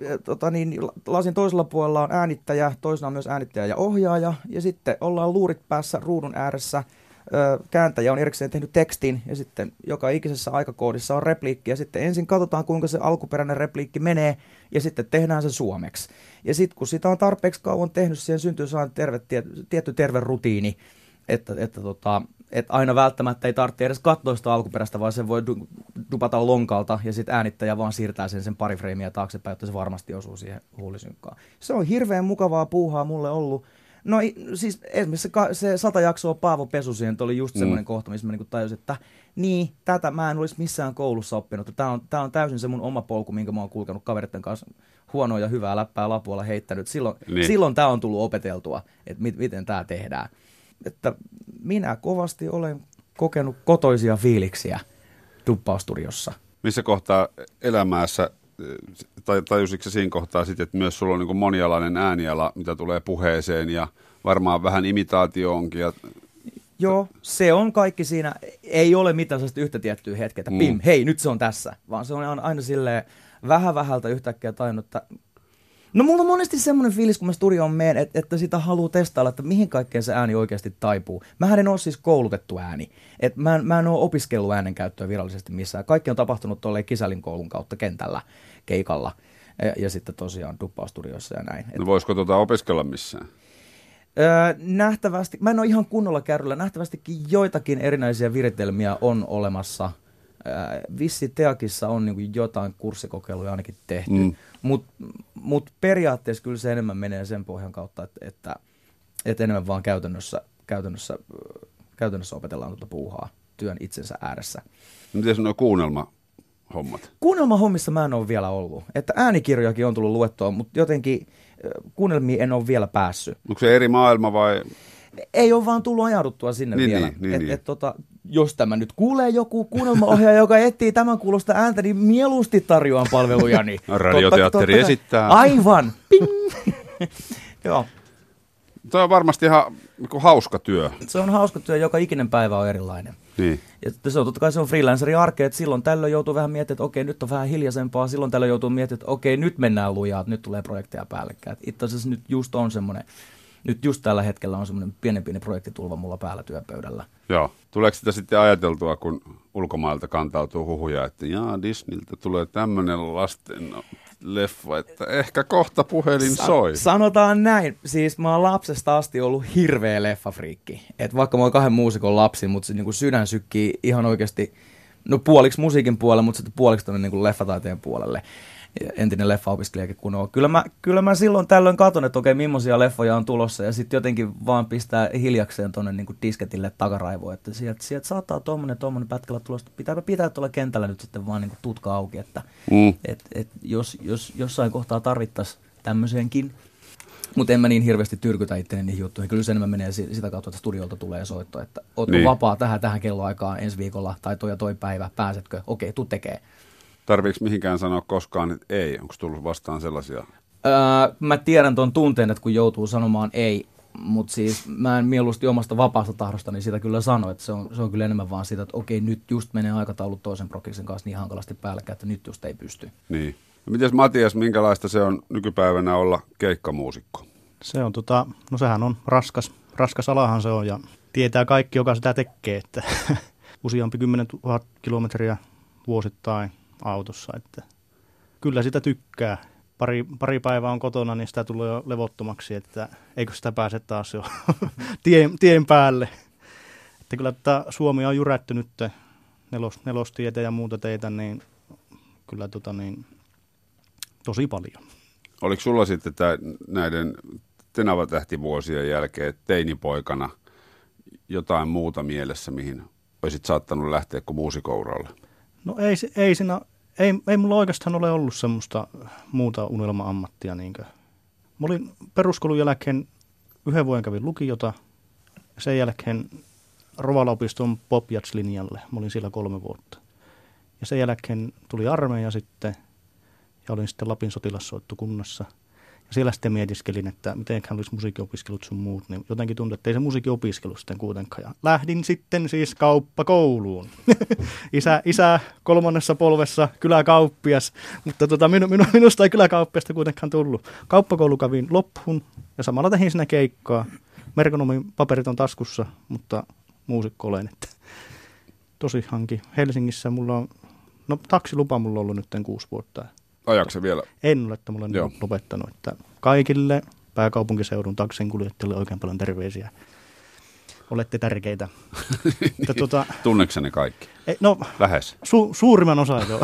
lasin toisella puolella on äänittäjä, toisena on myös äänittäjä ja ohjaaja, ja sitten ollaan luurit päässä ruudun ääressä, kääntäjä on erikseen tehnyt tekstin, ja sitten joka ikisessä aikakoodissa on repliikki, ja sitten ensin katsotaan, kuinka se alkuperäinen repliikki menee, ja sitten tehdään se suomeksi. Ja sitten kun sitä on tarpeeksi kauan tehnyt, siihen syntyy sellainen tietty terve rutiini, että aina välttämättä ei tarvitse edes katsoa sitä alkuperäistä, vaan se voi dupata lonkalta ja sitten äänittäjä vaan siirtää sen pari freimiä taaksepäin, jotta se varmasti osuu siihen huulisynkkaan. Se on hirveän mukavaa puuhaa mulle ollut. No siis esimerkiksi se 100 jaksoa Paavo Pesusien oli just semmoinen kohta, missä mä niinku tajusin, että niin, tätä mä en olisi missään koulussa oppinut. Tää on täysin se mun oma polku, minkä mä oon kulkenut kaveritten kanssa huonoa ja hyvää läppää lapualla heittänyt. Silloin tää on tullut opeteltua, että miten tää tehdään. Että minä kovasti olen kokenut kotoisia fiiliksiä duppaustudiossa. Missä kohtaa elämässä, tai tajusitko siinä kohtaa sitten, että myös sulla on niin kuin monialainen ääniala, mitä tulee puheeseen ja varmaan vähän imitaatioonkin. Joo, se on kaikki siinä. Ei ole mitään sellaista yhtä tiettyä hetkeä, että pim, hei, nyt se on tässä. Vaan se on aina silleen vähältä yhtäkkiä tajunnut, että no mulla on monesti semmoinen fiilis, kun mä studioon menen, että sitä haluaa testailla, että mihin kaikkeen se ääni oikeasti taipuu. Mähän en ole siis koulutettu ääni. Mä en ole opiskellut äänenkäyttöä virallisesti missään. Kaikki on tapahtunut tuolleen Kisälin koulun kautta kentällä, keikalla ja sitten tosiaan duppaustudioissa ja näin. No voisiko opiskella missään? Nähtävästi, mä en ole ihan kunnolla kärryllä. Nähtävästikin joitakin erinäisiä viritelmiä on olemassa. Vissi Teakissa on niin jotain kurssikokeiluja ainakin tehty, mutta periaatteessa kyllä se enemmän menee sen pohjan kautta, että enemmän vaan käytännössä opetellaan tuota puuhaa työn itsensä ääressä. Miten nuo kuunnelmahommat? Kuunnelmahommissa mä en ole vielä ollut. Että äänikirjojakin on tullut luettua, mutta jotenkin kuunnelmiin en ole vielä päässyt. Onko se eri maailma vai? Ei ole vaan tullut ajauduttua sinne vielä. Niin. Jos tämä nyt kuulee joku kuunnelmaohjaaja, joka etsii tämän kuulosta ääntä, niin mieluusti tarjoan palvelujani. Radioteatteri esittää. Aivan. Ping. Joo. Tuo on varmasti ihan hauska työ. Se on hauska työ, joka ikinen päivä on erilainen. Niin. Ja se on totta kai se on freelancerin arkea, että silloin tällöin joutuu vähän miettimään, että okei, nyt on vähän hiljaisempaa. Silloin tällöin joutuu miettimään, että okei, nyt mennään lujaa, että nyt tulee projekteja päällekkäin. Itse asiassa nyt just on semmoinen. Nyt just tällä hetkellä on semmoinen pieni projektitulva mulla päällä työpöydällä. Joo. Tuleeko sitä sitten ajateltua, kun ulkomailta kantautuu huhuja, että Disneyltä tulee tämmöinen lasten leffa, että ehkä kohta puhelin soi? Sanotaan näin. Siis mä oon lapsesta asti ollut hirveä leffafriikki. Et vaikka mä oon 2 muusikon lapsi, mutta se niin kuin sydän sykkii ihan oikeasti, no puoliksi musiikin puolelle, mutta sitten puoliksi tonne niin kuin leffataiteen puolelle. Entinen leffaopiskelijakin kun on. Kyllä mä silloin tällöin katon, että okei, millaisia leffoja on tulossa, ja sitten jotenkin vaan pistää hiljakseen tuonne niin kuin disketille takaraivoon, että sieltä saattaa tuommoinen pätkällä tulosta. Pitää tuolla kentällä nyt sitten vaan niin kuin tutka auki, että jos jossain kohtaa tarvittaisiin tämmöiseenkin. Mutta en mä niin hirveästi tyrkytä itseäni niihin juttuihin. Kyllä se enemmän menee sitä kautta, että studiolta tulee soitto, että ootko niin vapaa tähän kelloaikaan ensi viikolla tai toi päivä, pääsetkö? Okei, tuu tekee. Tarviiko mihinkään sanoa koskaan, että ei? Onko tullut vastaan sellaisia? Mä tiedän tuon tunteen, että kun joutuu sanomaan ei, mutta siis mä en mieluusti omasta vapaasta tahdostani sitä kyllä sano, että se on kyllä enemmän vaan sitä, että okei, nyt just menee aikataulut toisen prokiksen kanssa niin hankalasti päällekkäin, että nyt just ei pysty. Niin. Mites Matias, minkälaista se on nykypäivänä olla keikkamuusikko? Se on no sehän on raskas alahan se on ja tietää kaikki, joka sitä tekee, että useampi 10 000 kilometriä vuosittain autossa, että kyllä sitä tykkää. Pari päivää on kotona, niin sitä tulee jo levottomaksi, että eikö sitä pääse taas jo tien päälle. Että kyllä Suomi on jyrätty nyt nelostietä ja muuta teitä, niin kyllä tosi paljon. Oliko sulla sitten näiden Tenava-tähtivuosien jälkeen teinipoikana jotain muuta mielessä, mihin olisit saattanut lähteä kuin muusikouralle? No ei mulla oikeastaan ole ollut semmoista muuta unelma-ammattia. Niinkö. Mä olin peruskoulun jälkeen 1 vuoden kävin lukiota ja sen jälkeen Rovala-opiston Pop-Jats-linjalle. Mä olin siellä 3 vuotta. Ja sen jälkeen tuli armeija sitten ja olin sitten Lapin sotilassoittokunnassa. Ja siellä sitten mietiskelin, että mitenköhän olisi musiikkiopiskelut sun muut, niin jotenkin tuntui, että ei se musiikkiopiskelu sitten kuitenkaan. Ja lähdin sitten siis kauppakouluun. Isä 3. polvessa kyläkauppias, mutta minusta ei kyläkauppiasta kuitenkaan tullut. Kauppakoulu kävin loppuun ja samalla tehin siinä keikkaa. Merkonomin paperit on taskussa, mutta muusikko olen. Että tosiaankin Helsingissä mulla on, taksilupa mulla on ollut nyt 6 vuotta. Ajaako se vielä? En ole, että mulla on lopettanut. Että kaikille pääkaupunkiseudun taksinkuljettajille oikein paljon terveisiä. Olette tärkeitä. Tunneeko ne kaikki? Lähes. Suurimman osa joo.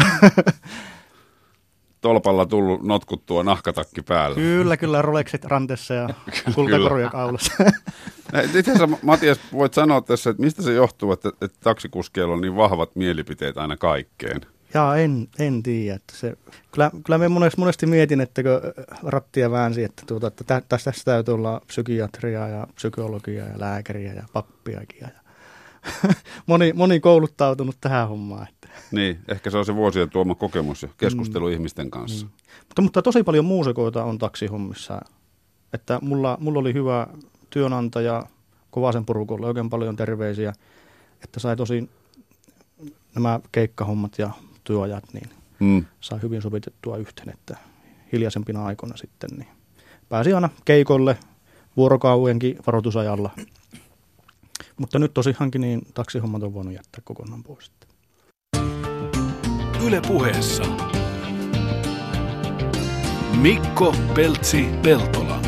Tolpalla tullut notkuttua nahkatakki päällä. Kyllä, Rolexit rantessa ja kultakoruja kaulassa. Itse asiassa Matias, voit sanoa tässä, että mistä se johtuu, että taksikuskeilla on niin vahvat mielipiteet aina kaikkeen? Jaa, en tiedä. Että kyllä me monesti mietin, että kun rattia väänsi, että tässä täytyy olla psykiatriaa ja psykologiaa ja lääkäriä ja pappiakin. Ja moni kouluttautunut tähän hommaan. Että. Niin, ehkä se on se vuosien tuoma kokemus ja keskustelu ihmisten kanssa. Mutta tosi paljon muusikoita on taksihommissa. Että mulla oli hyvä työnantaja Kovasen porukolle, oikein paljon terveisiä, että sai tosi nämä keikkahommat ja työajat, niin sai hyvin sovitettua yhteen, että hiljaisempina aikoina sitten niin pääsi aina keikolle vuorokaudenkin varoitusajalla. Mutta nyt tosiaankin niin taksihommat on voinut jättää kokonaan pois. Yle Puheessa Mikko Peltsi-Peltola.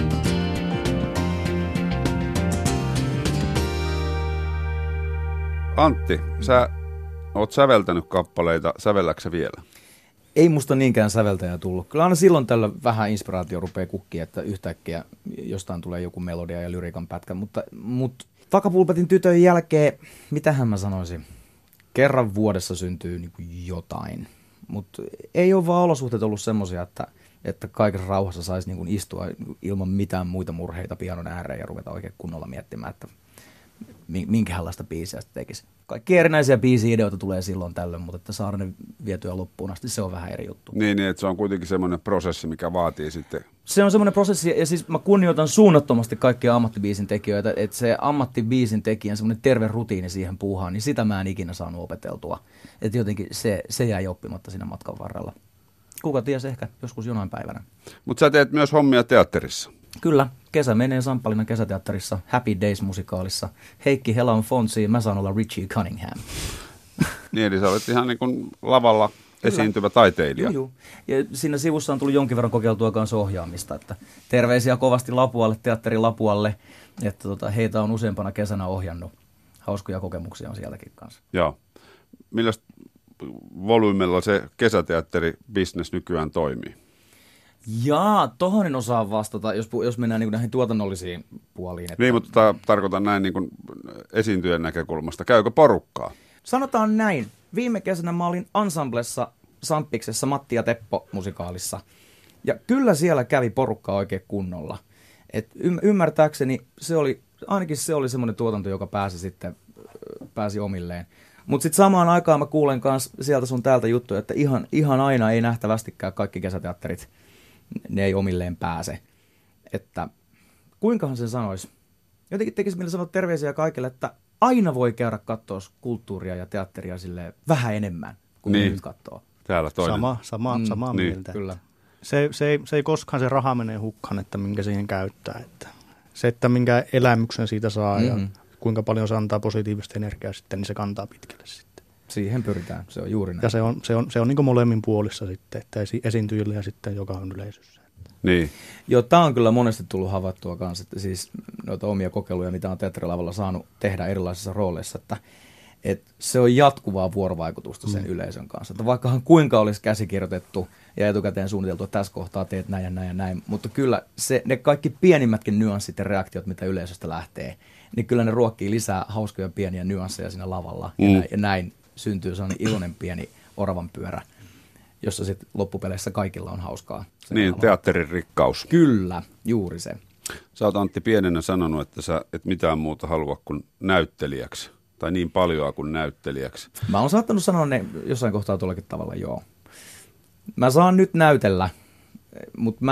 Antti, sä oot säveltänyt kappaleita, sävelläksä vielä? Ei musta niinkään säveltäjä tullut. Kyllä aina silloin tällä vähän inspiraatio rupeaa kukkiin, että yhtäkkiä jostain tulee joku melodia ja lyriikan pätkä. Mutta Takapulpetin tytön jälkeen, mitähän mä sanoisin, kerran vuodessa syntyy niin kuin jotain. Mutta ei ole vaan olosuhteet ollut semmoisia, että kaikessa rauhassa saisi niin kuin istua ilman mitään muita murheita pianon ääreen ja ruveta oikein kunnolla miettimään, että minkälaista biisiä sitä tekisi. Kaikki erinäisiä biisi-ideoita tulee silloin tällöin, mutta että saada ne vietyä loppuun asti, se on vähän eri juttu. Niin, että se on kuitenkin semmoinen prosessi, mikä vaatii sitten. Se on semmoinen prosessi, ja siis mä kunnioitan suunnattomasti kaikkia ammattibiisin tekijöitä, että se ammattibiisin tekijän semmoinen terve rutiini siihen puuhaan, niin sitä mä en ikinä saanut opeteltua. Että jotenkin se jäi oppimatta siinä matkan varrella. Kuka ties, ehkä joskus jonain päivänä. Mutta sä teet myös hommia teatterissa. Kyllä, kesä menee Samppalinnan kesäteatterissa, Happy Days-musikaalissa. Heikki Hela on Fonsi, mä saan olla Richie Cunningham. Niin, eli sä olet ihan niin kuin lavalla esiintyvä taiteilija. Joo. Ja siinä sivussa on tullut jonkin verran kokeiltua kanssa ohjaamista. Että terveisiä kovasti Lapualle, teatterin Lapualle, että heitä on useampana kesänä ohjannut. Hauskoja kokemuksia on sieltäkin kanssa. Joo. Millaista volyymella se kesäteatteribisnes nykyään toimii? Jaa, tohon en osaa vastata, jos mennään niin näihin tuotannollisiin puoliin. Että. Niin, mutta tarkoitan näin niin kuin esiintyjän näkökulmasta. Käykö porukkaa? Sanotaan näin. Viime kesänä mä olin ensemblessa Samppiksessa Matti ja Teppo -musikaalissa. Ja kyllä siellä kävi porukkaa oikein kunnolla. Ymmärtääkseni ainakin se oli semmoinen tuotanto, joka pääsi omilleen. Mutta sitten samaan aikaan mä kuulen myös sieltä sun täältä juttuja, että ihan aina ei nähtävästikään kaikki kesäteatterit, ne ei omilleen pääse. Että kuinkahan sen sanoisi? Jotenkin tekisi mieli sanoa terveisiä kaikille, että aina voi käydä katsoa kulttuuria ja teatteria silleen vähän enemmän kuin nyt katsoo. Täällä toinen. Samaa mieltä. Kyllä. Se ei koskaan se raha menee hukkaan, että minkä siihen käyttää. Että se, että minkä elämyksen siitä saa ja kuinka paljon se antaa positiivista energiaa sitten, niin se kantaa pitkälle sitten. Siihen pyritään, se on juuri näin. Ja se on niin kuin molemmin puolissa sitten, että esiintyjille ja sitten joka on yleisössä. Niin. Joo, tämä on kyllä monesti tullut havaittua kanssa, että siis noita omia kokeiluja, mitä on teatterilavalla saanut tehdä erilaisissa rooleissa, että se on jatkuvaa vuorovaikutusta sen yleisön kanssa. Että vaikkahan kuinka olisi käsikirjoitettu ja etukäteen suunniteltu, että tässä kohtaa teet näin ja näin ja näin, mutta kyllä ne kaikki pienimmätkin nyanssit ja reaktiot, mitä yleisöstä lähtee, niin kyllä ne ruokkii lisää hauskoja pieniä nyansseja siinä lavalla. Ja näin syntyy sellainen iloinen pieni oravan pyörä, jossa sitten loppupeleissä kaikilla on hauskaa. Niin, teatterin rikkaus. Kyllä, juuri se. Sä oot Antti pienenä sanonut, että sä et mitään muuta halua kuin näyttelijäksi. Tai niin paljoa kuin näyttelijäksi. Mä oon saattanut sanoa ne jossain kohtaa tuollakin tavalla, joo. Mä saan nyt näytellä, mutta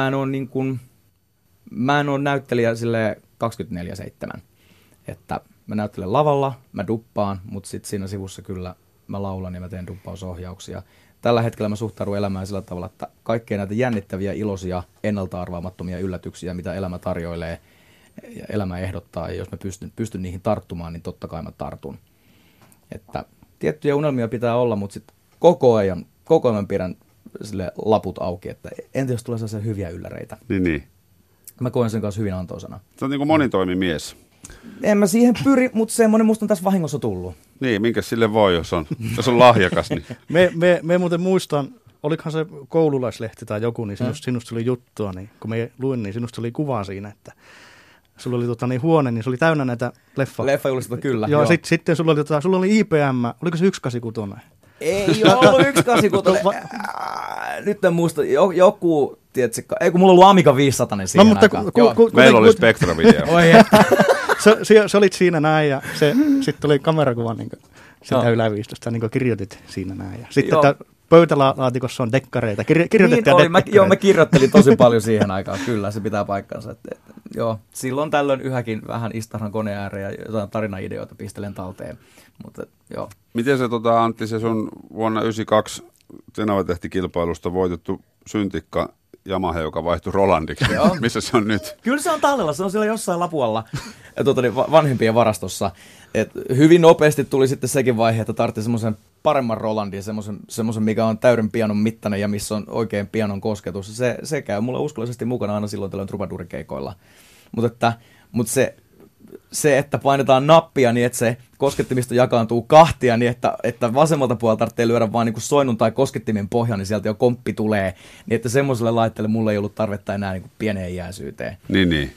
mä en ole näyttelijä sille 24/7. Että mä näyttelen lavalla, mä duppaan, mutta sitten siinä sivussa kyllä mä laulan ja mä teen duppausohjauksia. Tällä hetkellä mä suhtaudun elämään sillä tavalla, että kaikkea näitä jännittäviä, iloisia, ennalta-arvaamattomia yllätyksiä, mitä elämä tarjoilee ja elämä ehdottaa, ja jos mä pystyn niihin tarttumaan, niin totta kai mä tartun. Että tiettyjä unelmia pitää olla, mutta sitten koko ajan pidän sille laput auki, että entä jos tulee sellaisia hyviä ylläreitä. Niin. Mä koen sen kanssa hyvin antoisana. Se on niin kuin monitoimimies. En mä siihen pyri, mutta semmoinen musta on tässä vahingossa tullut. Niin, minkä sille voi, jos on lahjakas. Niin. Me muuten muistan, olikohan se koululaislehti tai joku, niin sinusta oli juttua, niin kun me luin, niin sinusta oli kuva siinä, että sulla oli huone, niin se oli täynnä näitä leffajulisteita, kyllä. Joo. Sitten sulla oli IPM, oliko se 186? Ei ollut 186. Nyt en muista, joku, tiedätkö, kun mulla on ollut Amiga 500 siihen aikaan. Meillä oli Spectra-video. Se olit siinä näin ja sitten tuli kamerakuva niin sitä yläviistosta, niin kirjoitit siinä näin. Ja sitten pöytälaatikossa on dekkareita, kirjoitettiin niin mä kirjoittelin tosi paljon siihen aikaan, kyllä se pitää paikkansa. Joo, silloin tällöin yhäkin vähän istahan koneen ääreen ja jotain tarinaideoita pistelen talteen. Mutta, joo. Miten se Antti, se sun vuonna 1992 Tenava-tähti-kilpailusta voitettu syntikka Yamaha, joka vaihtui Rolandiksi. Missä se on nyt? Kyllä se on tallella, se on siellä jossain lapualla vanhempien varastossa. Et hyvin nopeasti tuli sitten sekin vaihe, että tarvitsi semmoisen paremman Rolandin, semmoisen, mikä on täyden pianon mittainen ja missä on oikein pianon kosketus. Se käy mulle uskollisesti mukana aina silloin tällöin troubadourikeikoilla. Mutta se, että painetaan nappia niin, että se koskettimista jakaantuu kahtia, niin että vasemmalta puolelta tarvitsee lyödä vaan niin kuin soinnun tai koskettimen pohjan, niin sieltä jo komppi tulee. Niin että semmoiselle laitteelle mulla ei ollut tarvetta enää niin kuin pieneen iäisyyteen. Niin.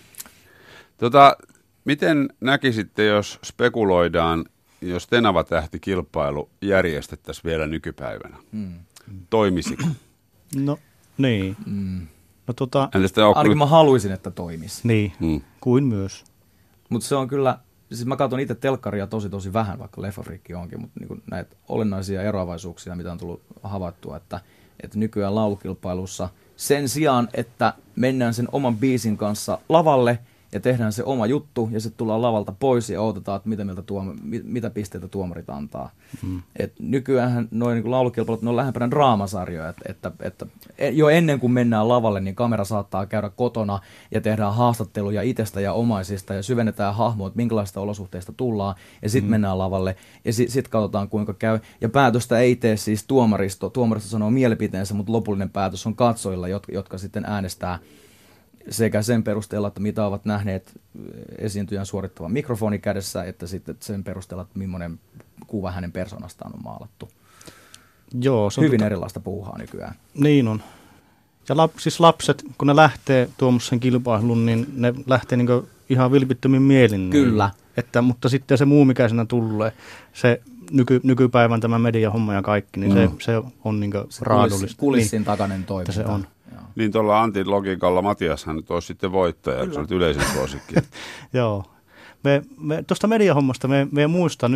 Miten näkisitte, jos spekuloidaan, jos Tenava-tähti-kilpailu järjestettäisiin vielä nykypäivänä? Toimisiko? No, niin. Ainakin mä haluaisin, että toimisi. Niin, kuin myös. Mutta se on kyllä, siis mä katson itse telkkaria tosi vähän, vaikka leffafriikki onkin, mutta niin näitä olennaisia eroavaisuuksia, mitä on tullut havaittua, että nykyään laulukilpailussa sen sijaan, että mennään sen oman biisin kanssa lavalle ja tehdään se oma juttu ja sitten tullaan lavalta pois ja odotetaan, että mitä pisteitä tuomarit antaa. Et nykyäänhän noin niin laulukilpailut, ne on lähempänä draamasarjoja, että jo ennen kuin mennään lavalle, niin kamera saattaa käydä kotona ja tehdään haastatteluja itsestä ja omaisista ja syvennetään hahmoa, että minkälaisista olosuhteista tullaan ja sitten mennään lavalle ja sitten katsotaan kuinka käy. Ja päätöstä ei tee siis tuomaristo sanoo mielipiteensä, mutta lopullinen päätös on katsojilla, jotka sitten äänestää sekä sen perusteella, että mitä ovat nähneet esiintyjän suorittavan mikrofoni kädessä, että sitten sen perusteella, että millainen kuva hänen persoonastaan on maalattu. Joo, se on hyvin erilaista puuhaa nykyään. Niin on. Ja siis lapset, kun ne lähtee tuommoisen kilpailun, niin ne lähtee niin ihan vilpittömin mielin. Kyllä. Mutta sitten se muu, mikä siinä tulee, se nykypäivän tämä mediahomma ja kaikki, niin se on niin raadullista. Kulissin takainen toiminta. Se on. Niin tuolla Antin logiikalla Matiashan nyt olisi sitten voittaja, kun se on yleisin suosikki. Joo. Tuosta mediahommasta me muistan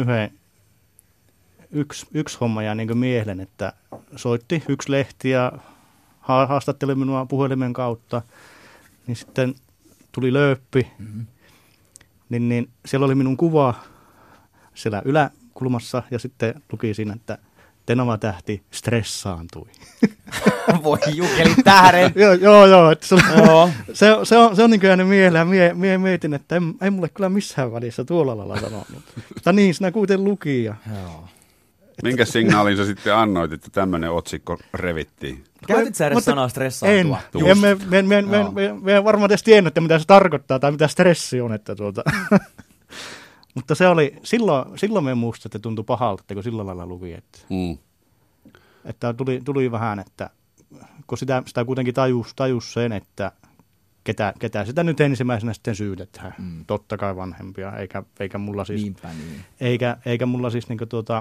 yksi homma ja niin mielen, että soitti yksi lehti ja haastatteli minua puhelimen kautta, niin sitten tuli lööppi, niin siellä oli minun kuva siellä yläkulmassa ja sitten luki siinä, että Tenava-tähti stressaantui. Voi jukeli tähden. Joo. Että se on niin kuin jäänyt mieleen. Mie mietin, että ei mulle kyllä missään välissä tuolla lailla sanonut. Mutta niin, sinä kuitenkin luki. Joo. Minkä signaalin sä sitten annoit, että tämmöinen otsikko revittiin? Käytit sä edes sanaa stressaantua? Me varmaan edes tiennyt, että mitä se tarkoittaa tai mitä stressi on. Että Mutta se oli, silloin me muistin, että tuntui pahalta, että kun sillä lailla luki. Että tuli vähän, että kun sitä kuitenkin tajus sen, että ketä sitä nyt ensimmäisenä sitten syytetään. Totta kai vanhempia, eikä mulla siis... Niinpä niin. Eikä mulla siis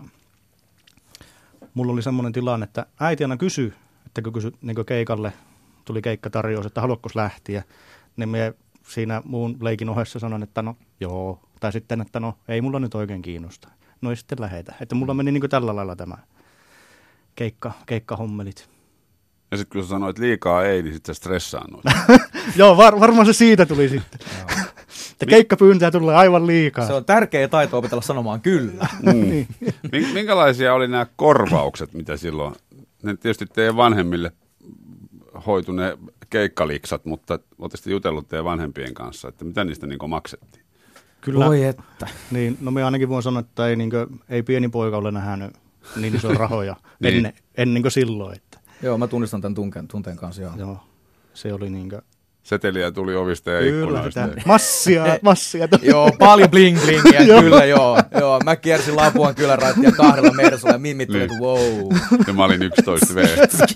mulla oli semmoinen tilanne, että äiti aina kysyi, että kun keikalle tuli keikkatarjous, että haluatko lähteä, niin me siinä muun leikin ohessa sanoin, että no joo, tai sitten, että no ei mulla nyt oikein kiinnosta. No ei sitten lähetä. Että mulla meni tällä lailla tämä keikkahommelit. Ja sitten kun sä sanoit liikaa ei, niin sitten sä stressaannuit. Joo, varmaan se siitä tuli sitten. Että keikkapyyntöjä tulee aivan liikaa. Se on tärkeä taito opetella sanomaan kyllä. Minkälaisia oli nämä korvaukset, mitä silloin? Ne tietysti teidän vanhemmille hoitu ne keikkaliksat, mutta ootte jutellut teidän vanhempien kanssa, että mitä niistä maksettiin? Kyllä. Voi että. Niin, no me ainakin voin sanoa, että ei pieni poika ole nähnyt niin isoja rahoja ennen silloin. Että. Joo, mä tunnistan tämän tunteen kanssa. Joo, se oli Seteliä tuli ovista ja ikkunoista. Kyllä, massia. Joo, paljon bling-blingiä, kyllä joo. Mä kiersin Lapuan kyläraittia 2 Mersulla ja mimmit tuli, wow. Ja mä olin 11 V.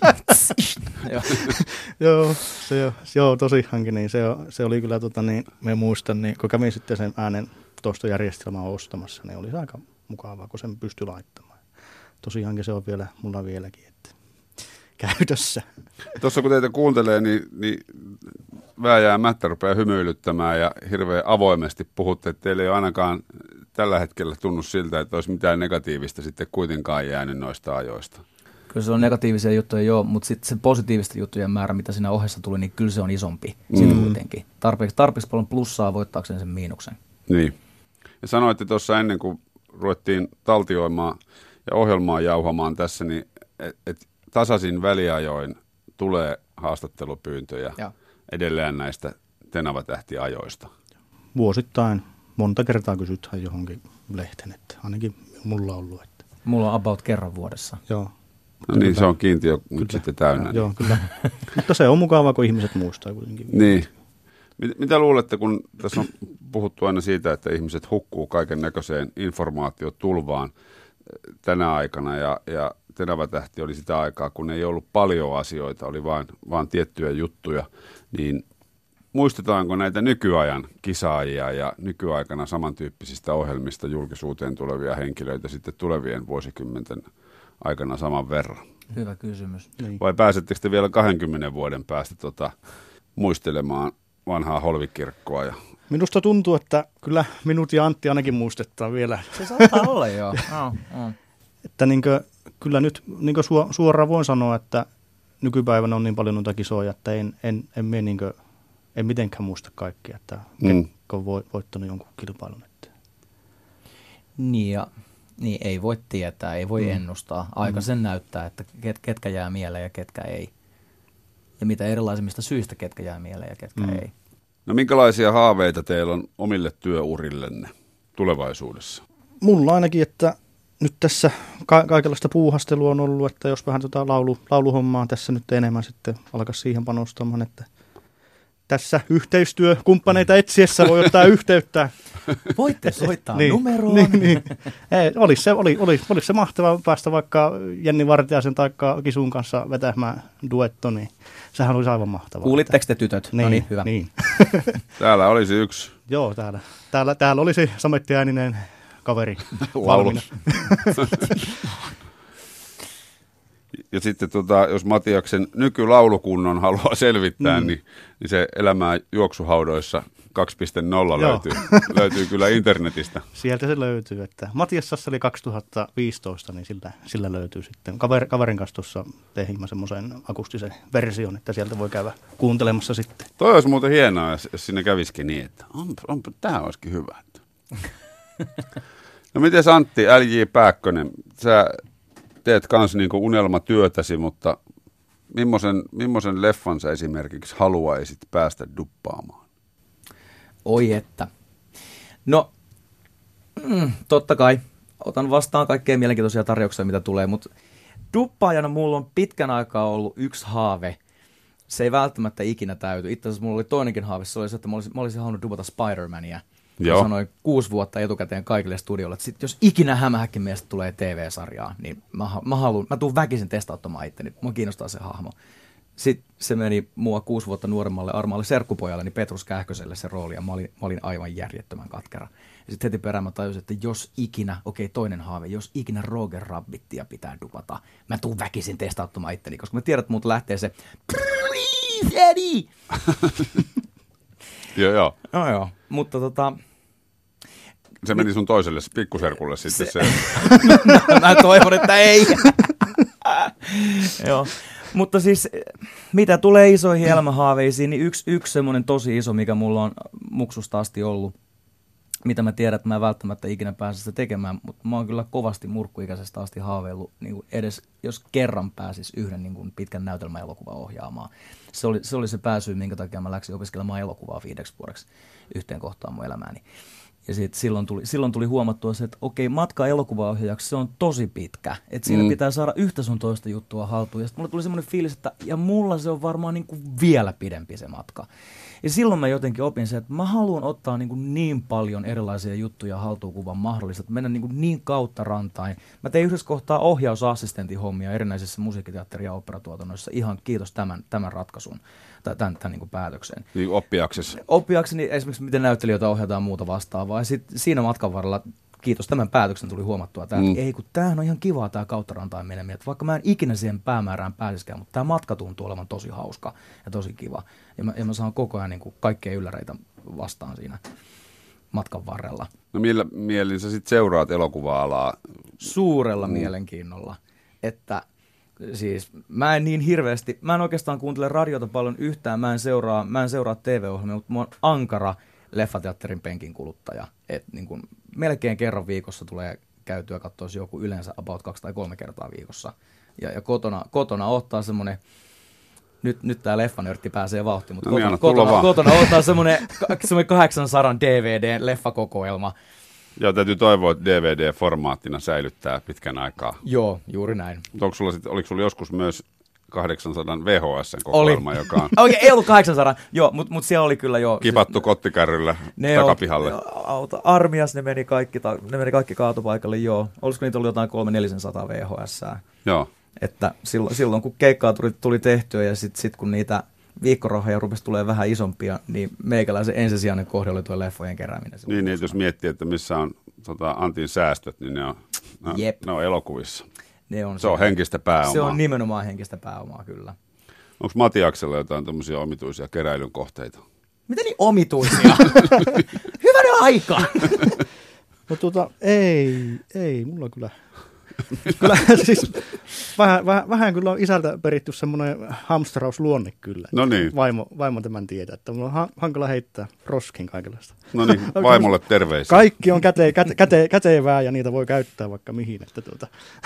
Joo, tosiaankin niin. Se oli kyllä, me muistan, niin, kun kävin sitten sen äänen toistojärjestelmää ostamassa, niin oli se aika mukavaa, kun sen pystyi laittamaan. Tosiaankin se on mulla vieläkin, että käytössä. Tuossa kun teitä kuuntelee, niin Vääjää Mättä rupeaa hymyilyttämään ja hirveän avoimesti puhutte, että teillä ei ole ainakaan tällä hetkellä tunnu siltä, että olisi mitään negatiivista sitten kuitenkaan jäänyt noista ajoista. Kyllä se on negatiivisia juttuja, joo, mutta sitten se positiivisten juttujen määrä, mitä siinä ohessa tuli, niin kyllä se on isompi sitten kuitenkin. Tarpeeksi paljon plussaa voittaakseen sen miinuksen. Niin. Ja sanoitte tuossa ennen kuin ruvettiin taltioimaan ja ohjelmaa jauhamaan tässä, niin että tasaisin väliajoin tulee haastattelupyyntöjä edelleen näistä Tenava-tähti-ajoista. Vuosittain monta kertaa kysytään johonkin lehteen, että ainakin mulla on ollut. Että. Mulla on about kerran vuodessa. Joo. No niin, se on kiintiö nyt sitten täynnä. Joo, kyllä. Mutta se on mukavaa, kun ihmiset muistaa kuitenkin. Niin. Mitä luulette, kun tässä on puhuttu aina siitä, että ihmiset hukkuu kaiken näköiseen informaatiotulvaan tänä aikana ja Tenava-tähti oli sitä aikaa, kun ei ollut paljon asioita, oli vaan tiettyjä juttuja, niin muistetaanko näitä nykyajan kisaajia ja nykyaikana samantyyppisistä ohjelmista julkisuuteen tulevia henkilöitä sitten tulevien vuosikymmenten aikana saman verran? Hyvä kysymys. Niin. Vai pääsettekö te vielä 20 vuoden päästä muistelemaan vanhaa Holvikirkkoa? Minusta tuntuu, että kyllä minut ja Antti ainakin muistetaan vielä. Se saattaa olla, joo. Että kyllä nyt suoraan voin sanoa, että nykypäivänä on niin paljon noita kisoja, että en mitenkään muista kaikkia, että ketkä on voittanut jonkun kilpailun. Niin, ei voi tietää, ei voi ennustaa. Aika sen näyttää, että ketkä jää mieleen ja ketkä ei. Ja mitä erilaisimmista syistä ketkä jää mieleen ja ketkä ei. No minkälaisia haaveita teillä on omille työurillenne tulevaisuudessa? Mulla ainakin, että nyt tässä kaikenlaista puuhastelua on ollut, että jos vähän lauluhommaa tässä nyt enemmän sitten alkaa siihen panostamaan, että tässä yhteistyökumppaneita etsiessä voi ottaa yhteyttä. Voitte soittaa numeroon. Niin. Olisi se mahtavaa päästä vaikka Jenni Vartiaisen tai Kisun kanssa vetämään duetto, niin sehän olisi aivan mahtavaa. Kuulitteko te tytöt? No niin, hyvä. Niin. Täällä olisi yksi. Joo, täällä olisi samettiääninen kaveri. Ja sitten jos Matiaksen nykylaulukunnon haluaa selvittää, niin se Elämää juoksuhaudoissa 2.0 löytyy kyllä internetistä. Sieltä se löytyy, että Matias Sassali 2015, niin sillä löytyy sitten. Kaverin kanssa tuossa teihin semmoisen akustisen version, että sieltä voi käydä kuuntelemassa sitten. Toi olisi muuten hienoa, jos sinne kävisikin niin, että tämä olisikin hyvä. No miten Antti, LJ Pääkkönen, sä teet kans niinku unelmatyötäsi, mutta millaisen leffan sä esimerkiksi haluaisit päästä duppaamaan? Oi että. No, totta kai. Otan vastaan kaikkea mielenkiintoisia tarjouksia, mitä tulee, mutta duppaajana mulla on pitkän aikaa ollut yksi haave. Se ei välttämättä ikinä täyty. Itse asiassa mulla oli toinenkin haave, se oli se, että mä olisin halunnut dupata Spider-Mania. Mä sanoin 6 vuotta etukäteen kaikille studioille, että sit jos ikinä Hämähäkkimiestä tulee TV-sarjaa, niin mä tuun väkisin testauttamaan itteni. Mua kiinnostaa se hahmo. Sitten se meni mua 6 vuotta nuoremmalle armaalle serkkupojalle, niin Petrus Kähköselle se rooli, ja mä olin aivan järjettömän katkera. Ja sitten heti perään mä tajusin, että jos ikinä, toinen haave, jos ikinä Roger Rabbittia pitää dupata, mä tuun väkisin testauttamaan itteni, koska mä tiedän, että muut lähtee se Please, Eddie! Joo. No joo, mutta se meni sun toiselle pikkuserkulle sitten se. Mä toivon, että ei. Joo. Mutta siis, mitä tulee isoihin elämänhaaveisiin, niin yksi semmoinen tosi iso, mikä mulla on muksusta asti ollut, mitä mä tiedän, että mä en välttämättä ikinä pääse sitä tekemään, mutta mä oon kyllä kovasti murkkuikäisestä asti haaveillut, niin kuin edes jos kerran pääsis yhden niin kuin pitkän näytelmäelokuvan ohjaamaan. Se oli se pääsyy, minkä takia mä läksin opiskelemaan elokuvaa 5 vuodeksi yhteen kohtaan mun elämääni. Ja silloin tuli huomattua se, että matka elokuvaohjaajaksi se on tosi pitkä. Että siinä pitää saada yhtä sun toista juttua haltuun. Ja sitten mulle tuli semmoinen fiilis, että ja mulla se on varmaan niin kuin vielä pidempi se matka. Ja silloin mä jotenkin opin se, että mä haluan ottaa niin paljon erilaisia juttuja haltuun kuin vaan mahdollista. Että mennä niin kautta rantain. Mä tein yhdessä kohtaa ohjausassistentin hommia erinäisissä musiikkiteatteri- ja oopperatuotannoissa. Ihan kiitos tämän ratkaisun. Tämän niin kuin päätöksen. Niin oppiaksesi. Oppiakseni esimerkiksi, miten näyttelijöitä ohjataan muuta vastaavaa. Ja sitten siinä matkan varrella, kiitos tämän päätöksen, tuli huomattua, että tämähän on ihan kivaa tämä kauttarantain meneminen. Että vaikka mä en ikinä siihen päämäärään pääsiskään, mutta tämä matka tuntuu olevan tosi hauska ja tosi kiva. Ja mä saan koko ajan niin kuin kaikkea ylläreitä vastaan siinä matkan varrella. No millä mielin sä sitten seuraat elokuva-alaa? Suurella mielenkiinnolla, että siis mä en oikeastaan kuuntele radiota paljon yhtään, mä en seuraa TV-ohjelmia, mutta mä oon ankara leffateatterin penkin kuluttaja. Et niin kun melkein kerran viikossa tulee käytyä katsoa joku yleensä about 2 tai 3 kertaa viikossa. Ja kotona ottaa semmoinen, nyt tää leffanörtti pääsee vauhtiin, mutta kotona ottaa semmoinen 800 DVD-leffakokoelma. Joo, täytyy toivoa, että DVD-formaattina säilyttää pitkän aikaa. Joo, juuri näin. Mutta oliko sulla joskus myös 800 VHS-kokoelma, joka on... Ei ollut 800, joo, mutta siellä oli kyllä jo... Kipattu kottikärryllä takapihalle. Armias ne meni kaikki kaatopaikalle, joo. Olisiko niitä ollut jotain 300-400 VHS-ää? Joo. Että silloin kun keikkaa tuli tehtyä ja sit kun niitä viikkorahoja rupesi tulemaan vähän isompia, niin meikäläisen ensisijainen kohde oli tuo leffojen kerääminen. Niin, jos miettii, että missä on Antin säästöt, niin ne on elokuvissa. Se on henkistä pääomaa. Se on nimenomaan henkistä pääomaa, kyllä. Onko Matiaksella jotain tämmöisiä omituisia keräilyn kohteita? Mitä niin omituisia? Hyvänä aika! No ei, mulla kyllä siis vähän kyllä on isältä peritty semmoinen hamsterausluonne kyllä. No niin. Vaimo tämän tietää, että mulla on hankala heittää roskin kaikenlaista. No niin, vaimolle terveisiä. Kaikki on kätevää ja niitä voi käyttää vaikka mihin. Että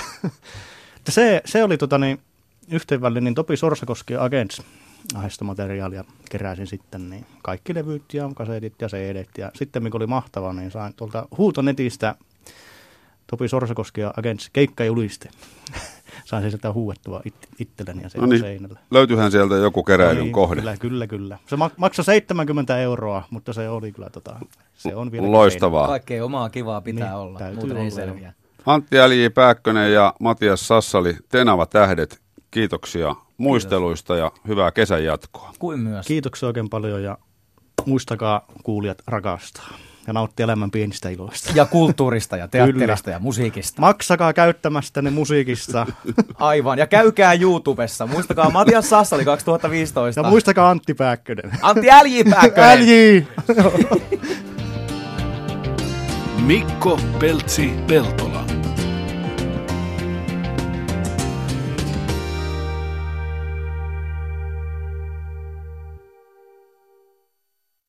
se oli yhteenvälinen Topi Sorsakoski Agents ahdistomateriaalia keräsin sitten, niin kaikki levyt ja kasetit ja CDt. Ja sitten mikä oli mahtavaa, niin sain tuolta huutonetistä Topi Sorsakoski ja Agents keikkajuliste. Sain se sieltä huuettua itselleni ja se on seinällä. Löytyyhän sieltä joku keräilyn kohde. Kyllä. Se maksoi 70 €, mutta se oli kyllä se on vielä loistavaa. Kaikkea omaa kivaa pitää olla, muuten ei selviä. Antti L.J. Pääkkönen ja Matias Sassali, Tenava Tähdet, kiitoksia muisteluista ja hyvää kesän jatkoa. Kuin myös. Kiitoksia oikein paljon ja muistakaa kuulijat rakastaa. ja nauttia elämän pienistä iloista. Ja kulttuurista ja teatterista ja musiikista. Maksakaa käyttämästänne musiikista. Aivan. Ja käykää YouTubessa. Muistakaa Matias Sassali 2015. Ja muistakaa Antti Pääkkönen. Antti L.J. Pääkkönen. LJ! Mikko Peltsi-Peltola.